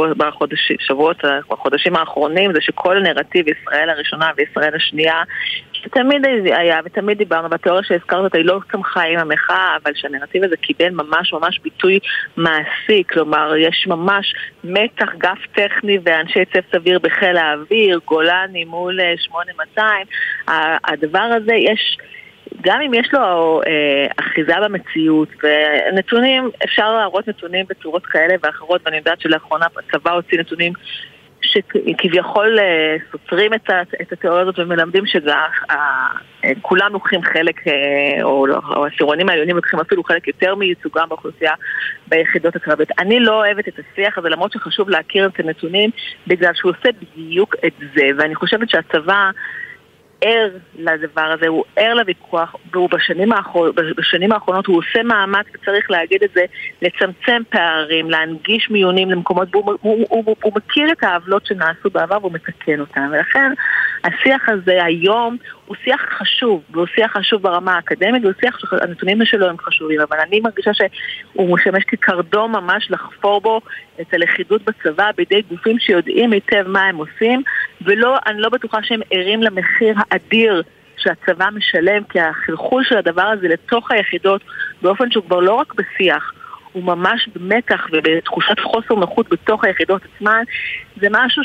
בחודשים האחרונים זה שכל נרטיב ישראל הראשונה וישראל השנייה שתמיד היה ותמיד דיברנו בתיאוריה שהזכרת אותה, היא לא צמחה עם המחאה, אבל שהנרטיב הזה קיבל ממש ממש ביטוי מעשי, כלומר יש ממש מתח גף טכני ואנשי צו סביר בחיל האוויר, גולני מול 8200, הדבר הזה יש גם אם יש לו אחיזה במציאות ונתונים, אפשר להראות נתונים בצורות כאלה ואחרות, ואני יודעת שלאחרונה הצבא הוציא נתונים שכביכול סותרים את התיאוריה הזאת ומלמדים שכולם לוקחים חלק, או הסירונים העליונים לוקחים אפילו חלק יותר מייצוגם באוכלוסייה ביחידות הקרביות. אני לא אוהבת את השיח הזה, למרות שחשוב להכיר את הנתונים, בגלל שהוא עושה בדיוק את זה, ואני חושבת שהצבא ער לדבר הזה, הוא ער לוויכוח, והוא בשנים האחרונות הוא עושה מאמץ, וצריך להגיד את זה, לצמצם פערים, להנגיש מיונים למקומות, הוא מכיר את העוולות שנעשו בעבר והוא מתקן אותם, ולכן השיח הזה היום הוא שיח חשוב, והוא שיח חשוב ברמה האקדמית, והוא שיח שהנתונים שלו הם חשובים, אבל אני מרגישה שהוא משמש כקרדום ממש לחפור בו את הלכידות בצבא בידי גופים שיודעים היטב מה הם עושים, ואני לא בטוחה שהם ערים למחיר האדיר שהצבא משלם, כי החלחול של הדבר הזה לתוך היחידות, באופן שהוא כבר לא רק בשיח, הוא ממש במתח ובתחושת חוסר נוחות בתוך היחידות עצמן, זה משהו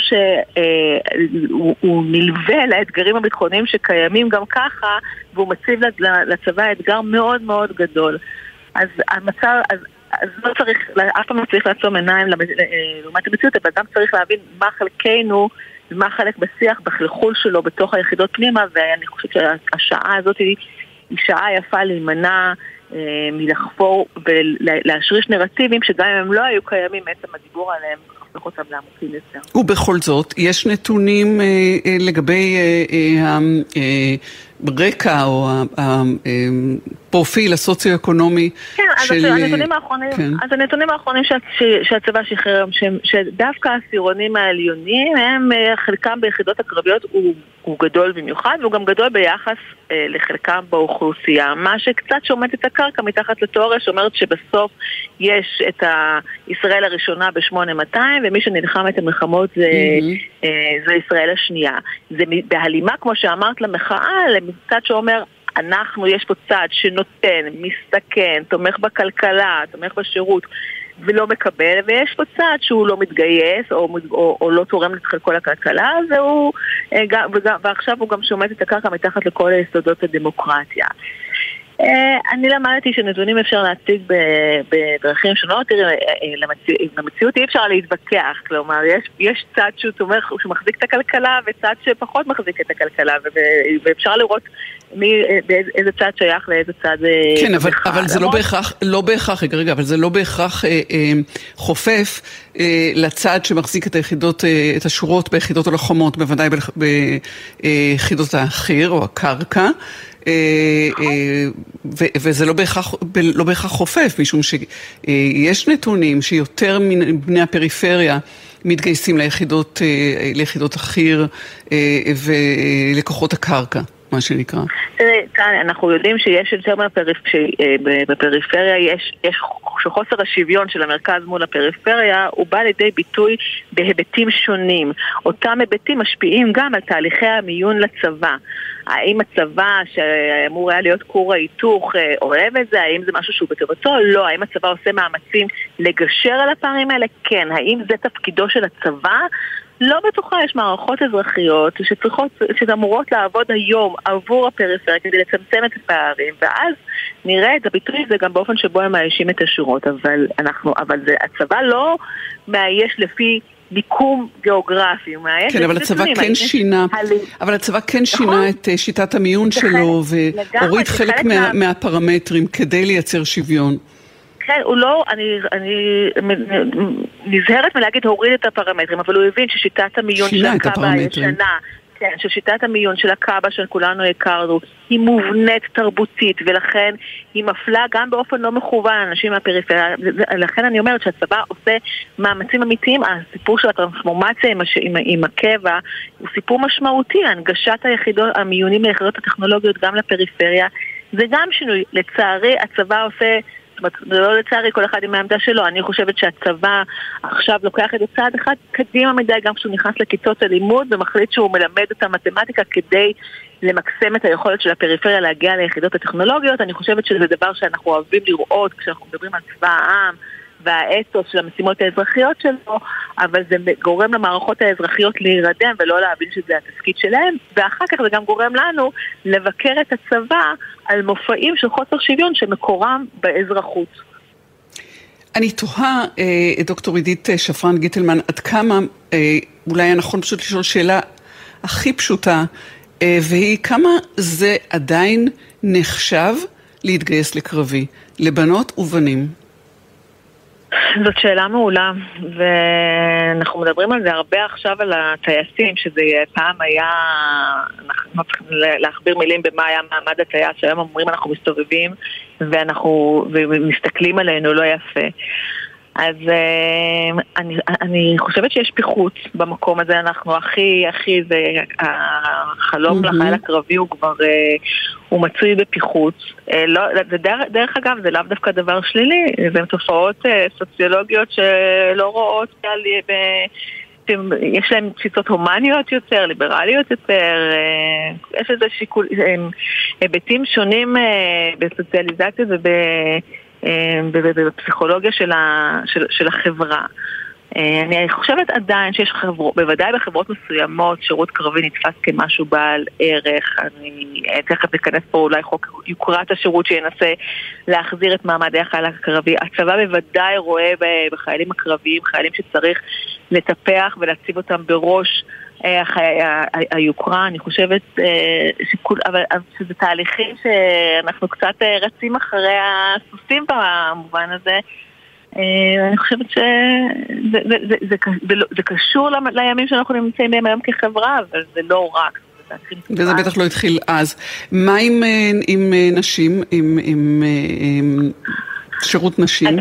שהוא נלווה לאתגרים הביטחוניים שקיימים גם ככה, והוא מציב לצבא אתגר מאוד מאוד גדול. אז המצב, אז לא צריך, אף פעם לא צריך לעצום עיניים לעומת המציאות, אבל גם צריך להבין מה חלקנו, מה חלק בשיח, בחלחול שלו בתוך היחידות פנימה, ואני חושבת שהשעה הזאת היא שעה יפה להימנע מלחפור ולהשריש נרטיבים שגם אם הם לא היו קיימים, בעצם הדיבור עליהם הופך אותם לעמוקים יותר. ובכל זאת, יש נתונים לגבי הרקע או הפרופיל הסוציו-אקונומי של... אז הנתונים האחרונים שהצבא שחרר, שדווקא הסירונים העליונים, הם חלקם ביחידות הקרביות הוא גדול במיוחד, והוא גם גדול ביחס לחלקם באוכלוסייה. מה שקצת שומט את הקרקע מתחת לתיאוריה, שאומרת שבסוף יש את ישראל הראשונה ב-8200, ומי שנלחם את המלחמות זה ישראל השנייה. זה בהלימה, כמו שאמרת, למחאה, לצד שאומר, יש פה צד שנותן, מסתכן, תומך בכלכלה, תומך בשירות, ולא מקבל, ויש פה צד שהוא לא מתגייס, או לא תורם את חלקו לכלכלה, ועכשיו הוא גם שומט את הקרקע מתחת לכל היסודות הדמוקרטיה. אני למדתי שנתונים אפשר להציג בדרכים שונות, למציאות אי אפשר להתווכח, כלומר יש צד שהוא תומך, שהוא מחזיק את הכלכלה וצד שפחות מחזיק את הכלכלה, ואפשר לראות איזה צד שייך לאיזה צד. כן, אבל זה לא בהכרח, רגע, אבל זה לא בהכרח חופף לצד שמחזיק את היחידות, את השורות ביחידות הלוחמות, בוודאי ביחידות האחיר או הקרקע, וזה לא בהכרח חופף, משום שיש נתונים שיותר מבני הפריפריה מתגייסים ליחידות אחיר ולכוחות הקרקע, מה שנקרא. אנחנו יודעים שיש יותר בפריפריה, יש שחוסר השוויון של המרכז מול הפריפריה הוא בא לידי ביטוי בהיבטים שונים. אותם היבטים משפיעים גם על תהליכי המיון לצבא. האם הצבא שאמור היה להיות כור ההיתוך אוהב את זה? האם זה משהו שהוא בטובתו? לא. האם הצבא עושה מאמצים לגשר על הפערים האלה? כן. האם זה תפקידו של הצבא? לא בטוחה. יש מערכות אזרחיות שאמורות לעבוד היום עבור הפריפריה כדי לצמצם את הפערים, ואז נראה את הביטוי הזה גם באופן שבו הם מאיישים את השורות, אבל הצבא לא מאייש לפי מיקום גיאוגרפי, הוא מאייש... כן, אבל הצבא כן שינה את שיטת המיון שלו, והוריד חלק מהפרמטרים כדי לייצר שוויון. כן, הוא לא, אני נזהרת מלהגיד הוריד את הפרמטרים, אבל הוא הבין ששיטת המיון של הקאבה הישנה, כן, ששיטת המיון של הקאבה שכולנו הכרנו, היא מובנית תרבותית, ולכן היא מפלה גם באופן לא מכוון אנשים מהפריפריה. לכן אני אומרת שהצבא עושה מאמצים אמיתיים. הסיפור של הטרנספורמציה עם הקבע הוא סיפור משמעותי. הנגשת המיונים ליחידות הטכנולוגיות גם לפריפריה זה גם שינוי. לצערי, הצבא עושה, זאת אומרת, לא לצערי, כל אחד עם העמדה שלו. אני חושבת שהצבא עכשיו לוקח את זה צעד אחד קדימה מדי, גם כשהוא נכנס לכיתות הלימוד, ומחליט שהוא מלמד את המתמטיקה כדי למקסם את היכולת של הפריפריה להגיע ליחידות הטכנולוגיות. אני חושבת שזה דבר שאנחנו אוהבים לראות כשאנחנו מדברים על צבא העם, והאתוס של המשימות האזרחיות שלו, אבל זה גורם למערכות האזרחיות להירדם ולא להבין שזה התפקיד שלהם, ואחר כך זה גם גורם לנו לבקר את הצבא על מופעים של חוסר שוויון שמקורם באזרחות. אני תוהה, דוקטור עידית שפרן גיטלמן, עד כמה, אולי הנכון פשוט לשאול שאלה הכי פשוטה, והיא כמה זה עדיין נחשב להתגייס לקרבי, לבנות ובנים? זאת שאלה מעולה, ואנחנו מדברים על זה הרבה עכשיו על הטייסים, שזה פעם היה, אנחנו צריכים להכביר מילים במה היה מעמד הטייס, שהיום אומרים אנחנו מסתובבים ומסתכלים עלינו לא יפה. אז אני חושבת שיש פיחות במקום הזה, אנחנו הכי, זה החלום לחייל הקרבי הוא כבר, הוא מצוי בפיחות. דרך אגב, זה לאו דווקא דבר שלילי, זה תופעות סוציולוגיות שלא רואות, יש להם תפיסות הומניות יותר, ליברליות יותר, יש איזה שיקול, היבטים שונים בסוציאליזציה ובפסיכולוגיה של החברה. אני חושבת עדיין שיש בוודאי בחברות מסוימות שירות קרבי נתפס כמשהו בעל ערך. אני תכף אכנס פה אולי חוק יוקרת השירות שינסה להחזיר את מעמד החייל הקרבי. הצבא בוודאי רואה בחיילים הקרביים חיילים שצריך לטפח ולהציב אותם בראש היוקרה. אני חושבת אבל שזה תהליכים שאנחנו קצת רצים אחרי הסוסים במובן הזה. אני חושבת שזה קשור לימים שאנחנו נמצאים בהם היום כחברה, אבל זה לא רק. וזה בטח לא התחיל אז. מה עם נשים, עם שירות נשים?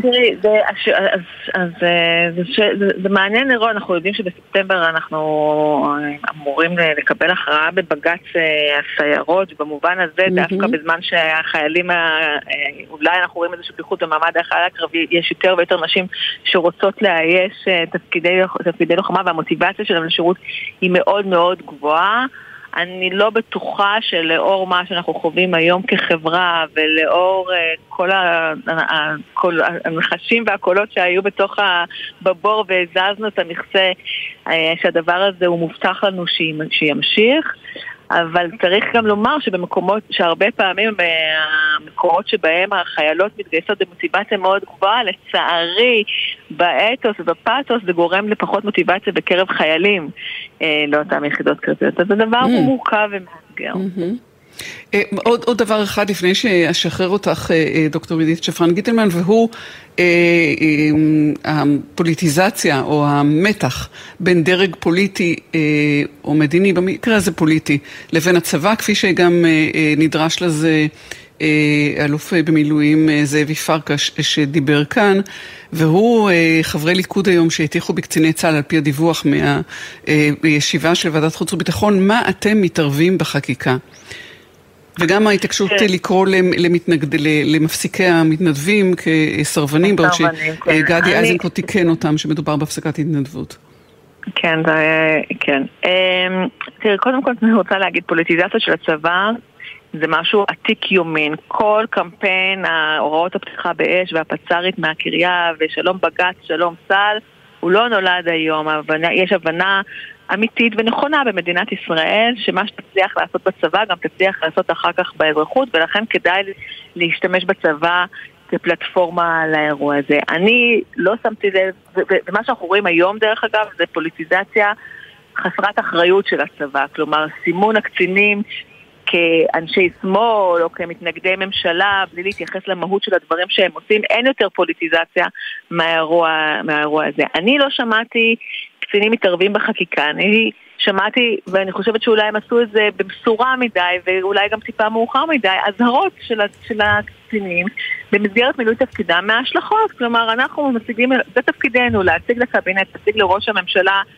זה מעניין לראות, אנחנו יודעים שבספטמבר אנחנו אמורים לקבל הכרעה בבג"ץ הסיירות, ובמובן הזה דווקא בזמן שהחיילים, אולי אנחנו רואים איזושהי פיחות במעמד החייל הקרבי, יש יותר ויותר נשים שרוצות לאייש תפקידי לוחמה, והמוטיבציה שלהם לשירות היא מאוד מאוד גבוהה. אני לא בטוחה שלאור מה שאנחנו חווים היום כחברה ולאור כל הנחשים והקולות שהיו בתוך בבור והזזנו את המכסה, שהדבר הזה הוא מובטח לנו שימשיך. אבל צריך גם לומר שבמקומות, שהרבה פעמים במקומות שבהם החיילות מתגייסות במוטיבציה מאוד גבוהה, לצערי באתוס ובפאתוס זה גורם לפחות מוטיבציה בקרב חיילים לאותם יחידות קרביות. אז זה דבר מורכב ומאתגר. עוד דבר אחד לפני שאשחרר אותך, דוקטור עידית שפרן גיטלמן, והוא הפוליטיזציה או המתח בין דרג פוליטי או מדיני, במקרה הזה פוליטי, לבין הצבא, כפי שגם נדרש לזה אלוף במילואים זאבי פרקש שדיבר כאן, והוא חברי ליכוד היום שהטיחו בקציני צה"ל על פי הדיווח מהישיבה של ועדת חוץ וביטחון, מה אתם מתערבים בחקיקה? וגם ההתעקשות לקרוא למפסיקי המתנדבים כסרבנים, בעוד שגדי איזנקוט תיקן אותם שמדובר בהפסקת התנדבות. כן, כן. תראה, קודם כל אני רוצה להגיד, פוליטיזציה של הצבא זה משהו עתיק יומין. כל קמפיין, ההוראות הפתיחה באש והפצ"רית מהקריה ושלום בג"ץ, שלום צה"ל, הוא לא נולד היום. יש הבנה אמיתית ונכונה במדינת ישראל, שמה שתצליח לעשות בצבא גם תצליח לעשות אחר כך באזרחות, ולכן כדאי להשתמש בצבא כפלטפורמה לאירוע הזה. אני לא שמתי לב, ומה שאנחנו רואים היום דרך אגב, זה פוליטיזציה חסרת אחריות של הצבא, כלומר סימון הקצינים כאנשי שמאל או כמתנגדי ממשלה, בלי להתייחס למהות של הדברים שהם עושים, אין יותר פוליטיזציה מהאירוע הזה. אני לא שמעתי קצינים מתערבים בחקיקה, אני שמעתי, ואני חושבת שאולי הם עשו את זה במשורה מדי, ואולי גם טיפה מאוחר מדי, הזהרות של הקצינים במסגרת מילוי תפקידם מההשלכות. כלומר, אנחנו משיגים, זה תפקידנו, להציג לקבינט, להציג לראש הממשלה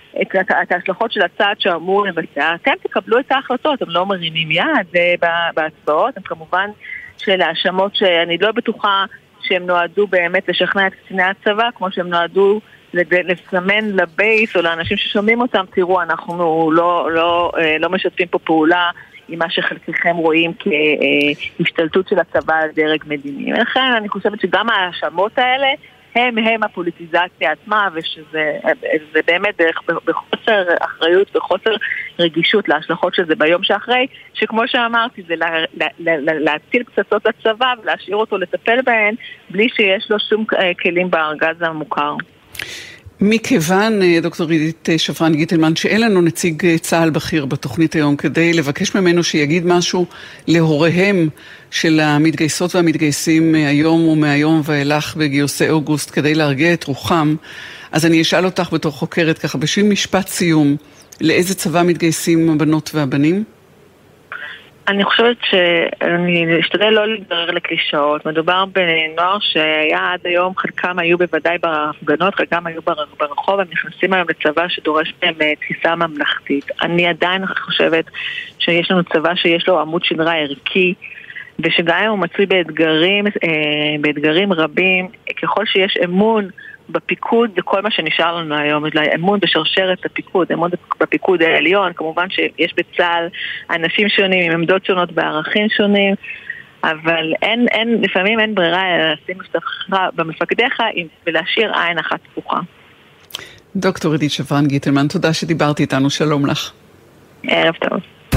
את ההשלכות של הצעד שאמור לבצע, אתם תקבלו את ההחלטות, הם לא מרימים יד בהצבעות, הם כמובן של האשמות שאני לא בטוחה שהם נועדו באמת לשכנע את קציני הצבא, כמו שהם נועדו לסמן לבייס או לאנשים ששומעים אותם, תראו, אנחנו לא משתפים פה פעולה עם מה שחלקכם רואים כהשתלטות של הצבא על דרג מדיני. ולכן אני חושבת שגם ההאשמות האלה הם הפוליטיזציה עצמה, ושזה באמת בחוסר אחריות וחוסר רגישות להשלכות של זה ביום שאחרי, שכמו שאמרתי, זה להציל פצצות לצבא ולהשאיר אותו לטפל בהן, בלי שיש לו שום כלים בארגז המוכר. מכיוון, דוקטור עידית שפרן גיטלמן, שאין לנו נציג צה"ל בכיר בתוכנית היום, כדי לבקש ממנו שיגיד משהו להוריהם של המתגייסות והמתגייסים היום ומהיום ואילך בגיוסי אוגוסט, כדי להרגיע את רוחם, אז אני אשאל אותך בתור חוקרת ככה, בשביל משפט סיום, לאיזה צבא מתגייסים הבנות והבנים? אני חושבת שאני אשתדל לא להתברר לקלישאות. מדובר בנוער שהיה עד היום, חלקם היו בוודאי בהפגנות, חלקם היו ברחוב, הם נכנסים היום לצבא שדורש מהם תפיסה ממלכתית. אני עדיין חושבת שיש לנו צבא שיש לו עמוד שדרה ערכי, ושגם הוא מצוי באתגרים רבים, ככל שיש אמון בפיקוד, זה כל מה שנשאר לנו היום, אמון בשרשרת הפיקוד, אמון בפיקוד העליון, כמובן שיש בצה"ל אנשים שונים עם עמדות שונות בערכים שונים, אבל לפעמים אין ברירה לשים במפקדיך ולהשאיר עין אחת פקוחה. דוקטור עידית שפרן גיטלמן, תודה שדיברתי איתנו, שלום לך. ערב טוב.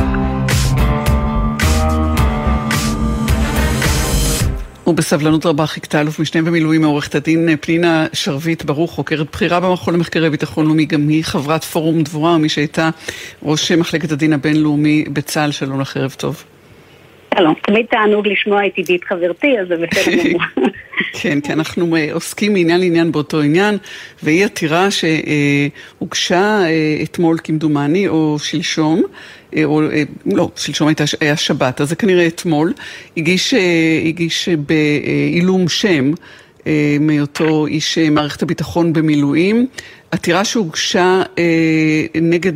ובסבלנות רבה חיכתה אלוף משנה במילואים מעורכת הדין פנינה שרביט ברוך, חוקרת בחירה במכון למחקרי ביטחון לאומי, גם היא חברת פורום דבורה, מי שהייתה ראש מחלקת הדין הבינלאומי בצה"ל. שלום לך, ערב טוב. שלום, תמיד תענוג לשמוע את עידית חברתי, אז זה בסדר גמור. כן, כי אנחנו עוסקים מעניין לעניין באותו עניין, והיא עתירה שהוגשה אתמול כמדומני או שלשום, או לא, שלשום היה שבת, אז זה כנראה אתמול, הגיש בעילום שם מאותו איש מערכת הביטחון במילואים, עתירה שהוגשה נגד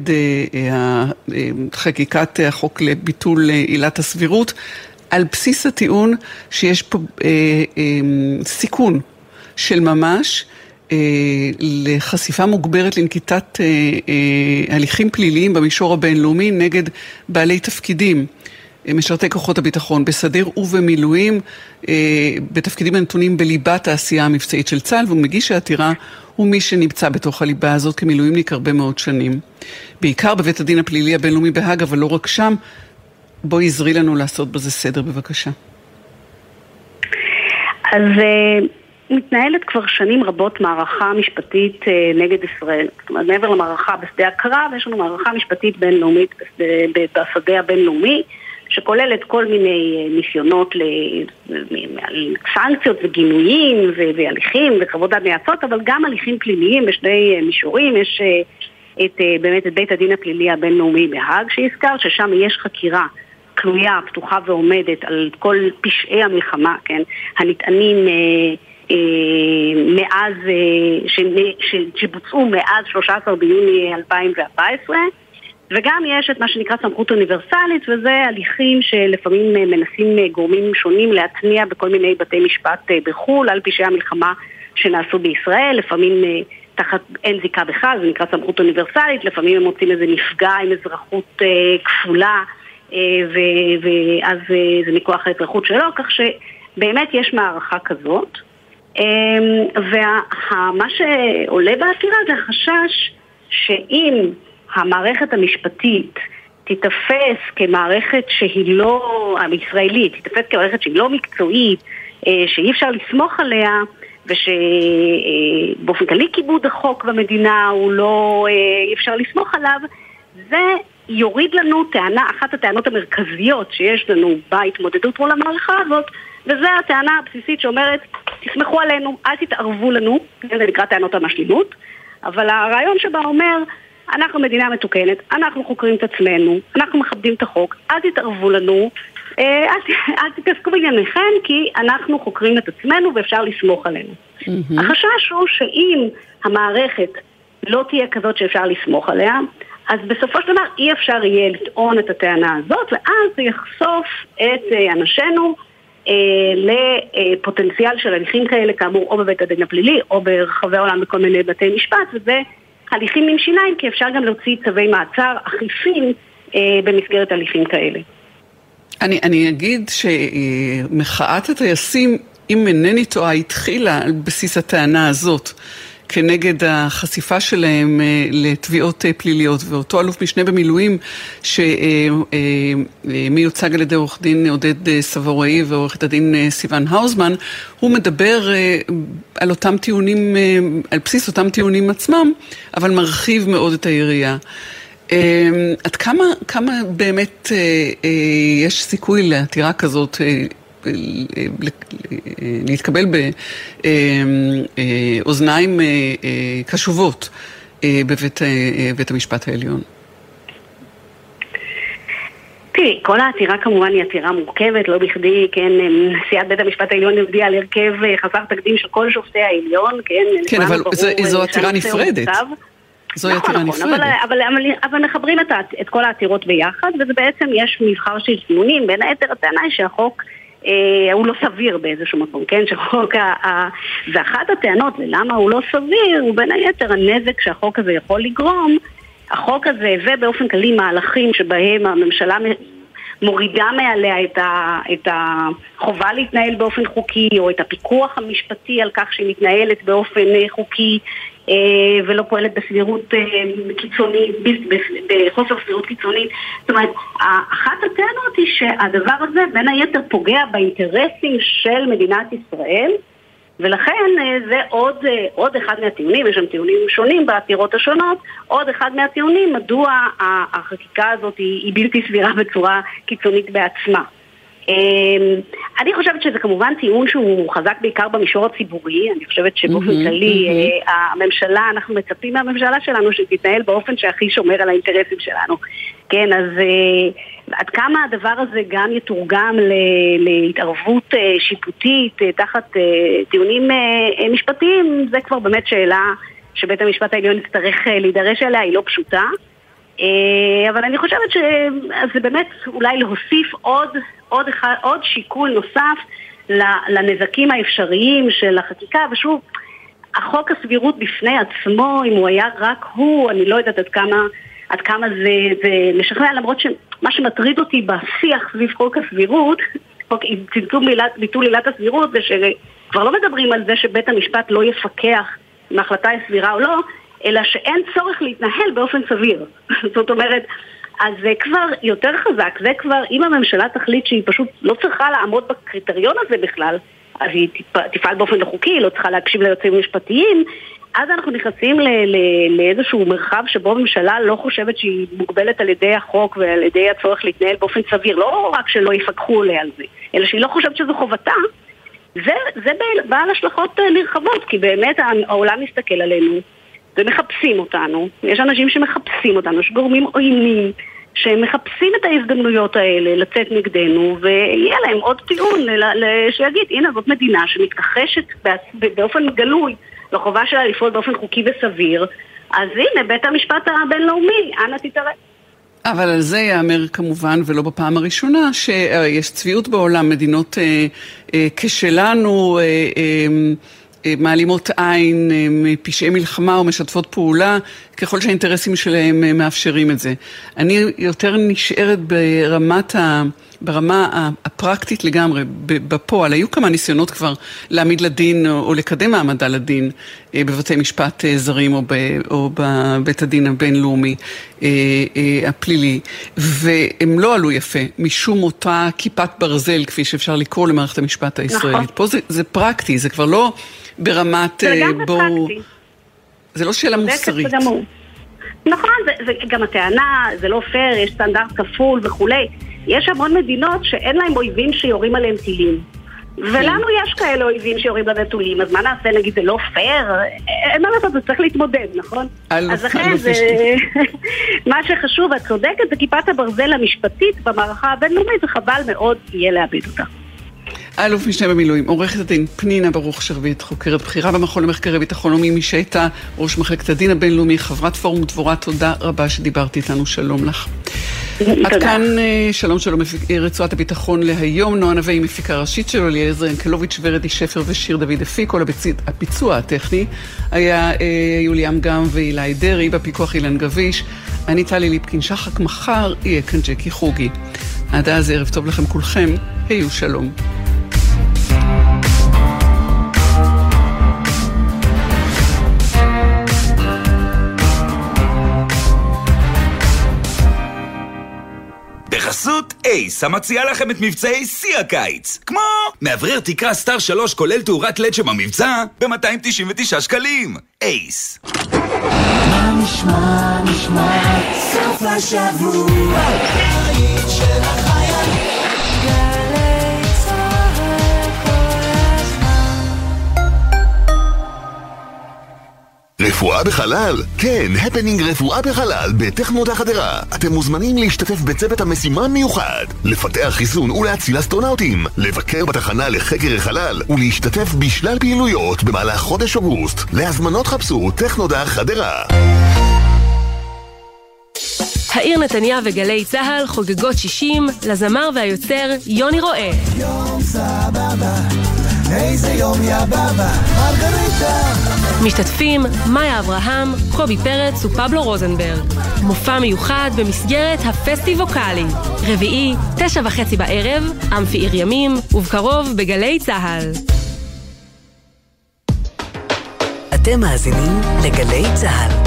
חקיקת החוק לביטול עילת הסבירות, על בסיס הטיעון שיש פה סיכון של ממש לחשיפה מוגברת לנקיטת הליכים פליליים במישור הבינלאומי נגד בעלי תפקידים, משרתי כוחות הביטחון בסדיר ובמילואים, בתפקידים הנתונים בליבת העשייה המבצעית של צה"ל, והוא מגיש העתירה הוא מי שנמצא בתוך הליבה הזאת כמילואימניק הרבה מאוד שנים. בעיקר בבית הדין הפלילי הבינלאומי בהאג, אבל לא רק שם. בואי עזרי לנו לעשות בזה סדר, בבקשה. אז מתנהלת כבר שנים רבות מערכה משפטית נגד ישראל. זאת אומרת, מעבר למערכה בשדה הקרב, יש לנו מערכה משפטית בינלאומית בשדה הבינלאומי, שכוללת כל מיני ניסיונות לסנקציות וגינויים והליכים וחוות דעת מייעצות, אבל גם הליכים פליליים בשני מישורים. יש באמת את בית הדין הפלילי הבינלאומי בהאג שהזכר, ששם יש חקירה תלויה, פתוחה ועומדת על כל פשעי המלחמה, כן, הנטענים מאז, שבוצעו מאז 13 ביוני 2014, וגם יש את מה שנקרא סמכות אוניברסלית, וזה הליכים שלפעמים מנסים גורמים שונים להתניע בכל מיני בתי משפט בחול על פשעי המלחמה שנעשו בישראל. לפעמים תחת אין זיקה בכלל, זה נקרא סמכות אוניברסלית, לפעמים הם מוצאים איזה נפגע עם אזרחות כפולה, ואז זה מכוח האזרחות שלו, כך שבאמת יש מערכה כזאת. ומה שעולה בעתירה זה החשש שאם המערכת המשפטית תתפס כמערכת שהיא לא, הישראלית, תתפס כמערכת שהיא לא מקצועית, שאי אפשר לסמוך עליה, ושבאופן כללי כיבוד החוק במדינה הוא לא, אי אפשר לסמוך עליו, זה יוריד לנו טענה, אחת הטענות המרכזיות שיש לנו בהתמודדות מול המערכה הזאת, וזה הטענה הבסיסית שאומרת, תסמכו עלינו, אל תתערבו לנו, זה נקרא טענות המשלימות, אבל הרעיון שבה אומר, אנחנו מדינה מתוקנת, אנחנו חוקרים את עצמנו, אנחנו מכבדים את החוק, אל תתערבו לנו, אל תתעסקו בענייניכם, כי אנחנו חוקרים את עצמנו ואפשר לסמוך עלינו. החשש הוא שאם המערכת לא תהיה כזאת שאפשר לסמוך עליה, אז בסופו של דבר אי אפשר יהיה לטעון את הטענה הזאת, ואז זה יחשוף את אנשינו לפוטנציאל של הליכים כאלה, כאמור, או בבית הדין הפלילי, או ברחבי העולם בכל מיני בתי משפט, וזה הליכים עם שיניים, כי אפשר גם להוציא צווי מעצר אכיפים במסגרת הליכים כאלה. אני אגיד שמחאת הטייסים, אם אינני טועה, התחילה על בסיס הטענה הזאת, כנגד החשיפה שלהם לתביעות פליליות, ואותו אלוף משנה במילואים שמיוצג על ידי עורך דין עודד סבוראי ועורכת הדין סיוון האוזמן, הוא מדבר על אותם טיעונים, על בסיס אותם טיעונים עצמם, אבל מרחיב מאוד את היריעה. עד כמה באמת יש סיכוי לעתירה כזאת להתקבל באוזניים קשובות בבית המשפט העליון? תראי, כל העתירה כמובן היא עתירה מורכבת, לא בכדי, כן, נשיאת בית המשפט העליון הבדיעה על הרכב חסר תקדים של כל שופטי העליון, כן. כן, אבל זו עתירה נפרדת. זו עתירה נפרדת. אבל מחברים את כל העתירות ביחד, וזה בעצם יש מבחר של טיעונים, בין היתר הטענה היא שהחוק הוא לא סביר באיזשהו מקום, כן? שחוק ואחת הטענות ללמה הוא לא סביר, הוא בין היתר הנזק שהחוק הזה יכול לגרום. החוק הזה ובאופן כללי מהלכים שבהם הממשלה מורידה מעליה את החובה להתנהל באופן חוקי, או את הפיקוח המשפטי על כך שהיא מתנהלת באופן חוקי, ולא פועלת בסבירות קיצונית, בחוסר סבירות קיצונית. זאת אומרת, אחת הטענות היא שהדבר הזה בין היתר פוגע באינטרסים של מדינת ישראל, ולכן זה עוד אחד מהטיעונים, יש שם טיעונים שונים בעתירות השונות, עוד אחד מהטיעונים מדוע החקיקה הזאת היא בלתי סבירה בצורה קיצונית בעצמה. אני חושבת שזה כמובן טיעון שהוא חזק בעיקר במישור הציבורי. אני חושבת שבאופן כללי הממשלה, אנחנו מצפים מהממשלה שלנו שתתנהל באופן שהכי שומר על האינטרסים שלנו. כן, אז עד כמה הדבר הזה גם יתורגם להתערבות שיפוטית תחת טיעונים משפטיים, זה כבר באמת שאלה שבית המשפט העליון יצטרך להידרש אליה, היא לא פשוטה. אבל אני חושבת שזה באמת אולי להוסיף עוד שיקול נוסף לנזקים האפשריים של החקיקה, ושוב, החוק הסבירות בפני עצמו, אם הוא היה רק הוא, אני לא יודעת עד כמה זה משכנע, למרות שמה שמטריד אותי בשיח סביב חוק הסבירות, צמצום ביטול עילת הסבירות, זה שכבר לא מדברים על זה שבית המשפט לא יפקח אם ההחלטה היא סבירה או לא, אלא שאין צורך להתנהל באופן סביר. זאת אומרת, אז זה כבר יותר חזק, זה כבר, אם הממשלה תחליט שהיא פשוט לא צריכה לעמוד בקריטריון הזה בכלל, אז היא תפעל באופן לא חוקי, לא צריכה להקשיב ליועצים משפטיים, אז אנחנו נכנסים לאיזשהו מרחב שבו הממשלה לא חושבת שהיא מוגבלת על ידי החוק ועל ידי הצורך להתנהל באופן סביר, לא רק שלא יפקחו עליה על זה, אלא שהיא לא חושבת שזו חובתה. זה בעל השלכות נרחבות, כי באמת העולם מסתכל עלינו ומחפשים אותנו. יש אנשים שמחפשים אותנו, יש גורמים עוינים שמחפשים את ההזדמנויות האלה לצאת נגדנו, ויהיה להם עוד טיעון שיגיד, הנה זאת מדינה שמתכחשת באופן גלוי לחובה שלה לפעול באופן חוקי וסביר, אז הנה בית המשפט הבינלאומי, אנא תתערב. אבל על זה יאמר כמובן, ולא בפעם הראשונה, שיש צביעות בעולם, מדינות כשלנו מעלימות עין מפשעי מלחמה או משתפות פעולה, ככל שהאינטרסים שלהם מאפשרים את זה. אני יותר נשארת ברמה הפרקטית לגמרי, בפועל. היו כמה ניסיונות כבר להעמיד לדין או לקדם העמדה לדין בבתי משפט זרים או בבית הדין הבינלאומי הפלילי, והם לא עלו יפה, משום אותה כיפת ברזל, כפי שאפשר לקרוא למערכת המשפט הישראלית. פה זה פרקטי, זה כבר לא ברמת בואו... זה לא שאלה מוסרית. נכון, זה גם הטענה, זה לא פייר, יש סטנדרט כפול וכולי. יש המון מדינות שאין להם אויבים שיורים עליהם טילים. ולנו יש כאלה אויבים שיורים עליהם טילים, אז מה נעשה? נגיד, זה לא פייר? אין מה לעשות, זה צריך להתמודד, נכון? אז לכן מה שחשוב, את צודקת, זה כיפת הברזל המשפטית במערכה הבינלאומית, זה חבל מאוד יהיה לאבד אותה. אלוף משנה במילואים, עורכת הדין פנינה ברוך שרביט, חוקרת בכירה במכון למחקרי ביטחון לאומי, מי שהייתה ראש מחלקת הדין הבינלאומי, חברת פורום דבורה, תודה רבה שדיברת איתנו, שלום לך. עד כאן שלום רצועת הביטחון להיום. נועה נווה מפיקה ראשית שלו, אליעזר ינקלוביץ' ורדי שפר ושיר דוד הפיק. כל הביצוע הטכני היה יוליאם גם ואילי דרי, בפיקוח אילן גביש. אני טלי ליפקין שחק, מחר יהיה כאן ג'קי חוגי. עד אז ערב טוב לכם כולכם, היו שלום. בחסות אייס, המציעה לכם את מבצעי שיא הקיץ. כמו מאוורר תקרה סטאר 3 כולל תאורת לד שבמבצע ב-299 שקלים. אייס. מה נשמע, סוף השבוע, היית של החיילים. גלי צהל כל הזמן. רפואה בחלל? כן, הפנינג רפואה בחלל בטכנודה חדרה. אתם מוזמנים להשתתף בצוות המשימה המיוחד, לפתח חיסון ולהציל אסטרונאוטים, לבקר בתחנה לחקר החלל ולהשתתף בשלל פעילויות במהלך חודש אוגוסט. להזמנות חפשו טכנודה חדרה. העיר נתניה וגלי צהל חוגגות 60 לזמר והיוצר יוני רואה. יום סבבה, איזה יום יא בבא, מרגריטה. משתתפים מאיה אברהם, קובי פרץ ופבלו רוזנברג. מופע מיוחד במסגרת הפסטיבוקלי. רביעי, 9:30 בערב, אמפי עיר ימים, ובקרוב בגלי צהל. אתם מאזינים לגלי צהל.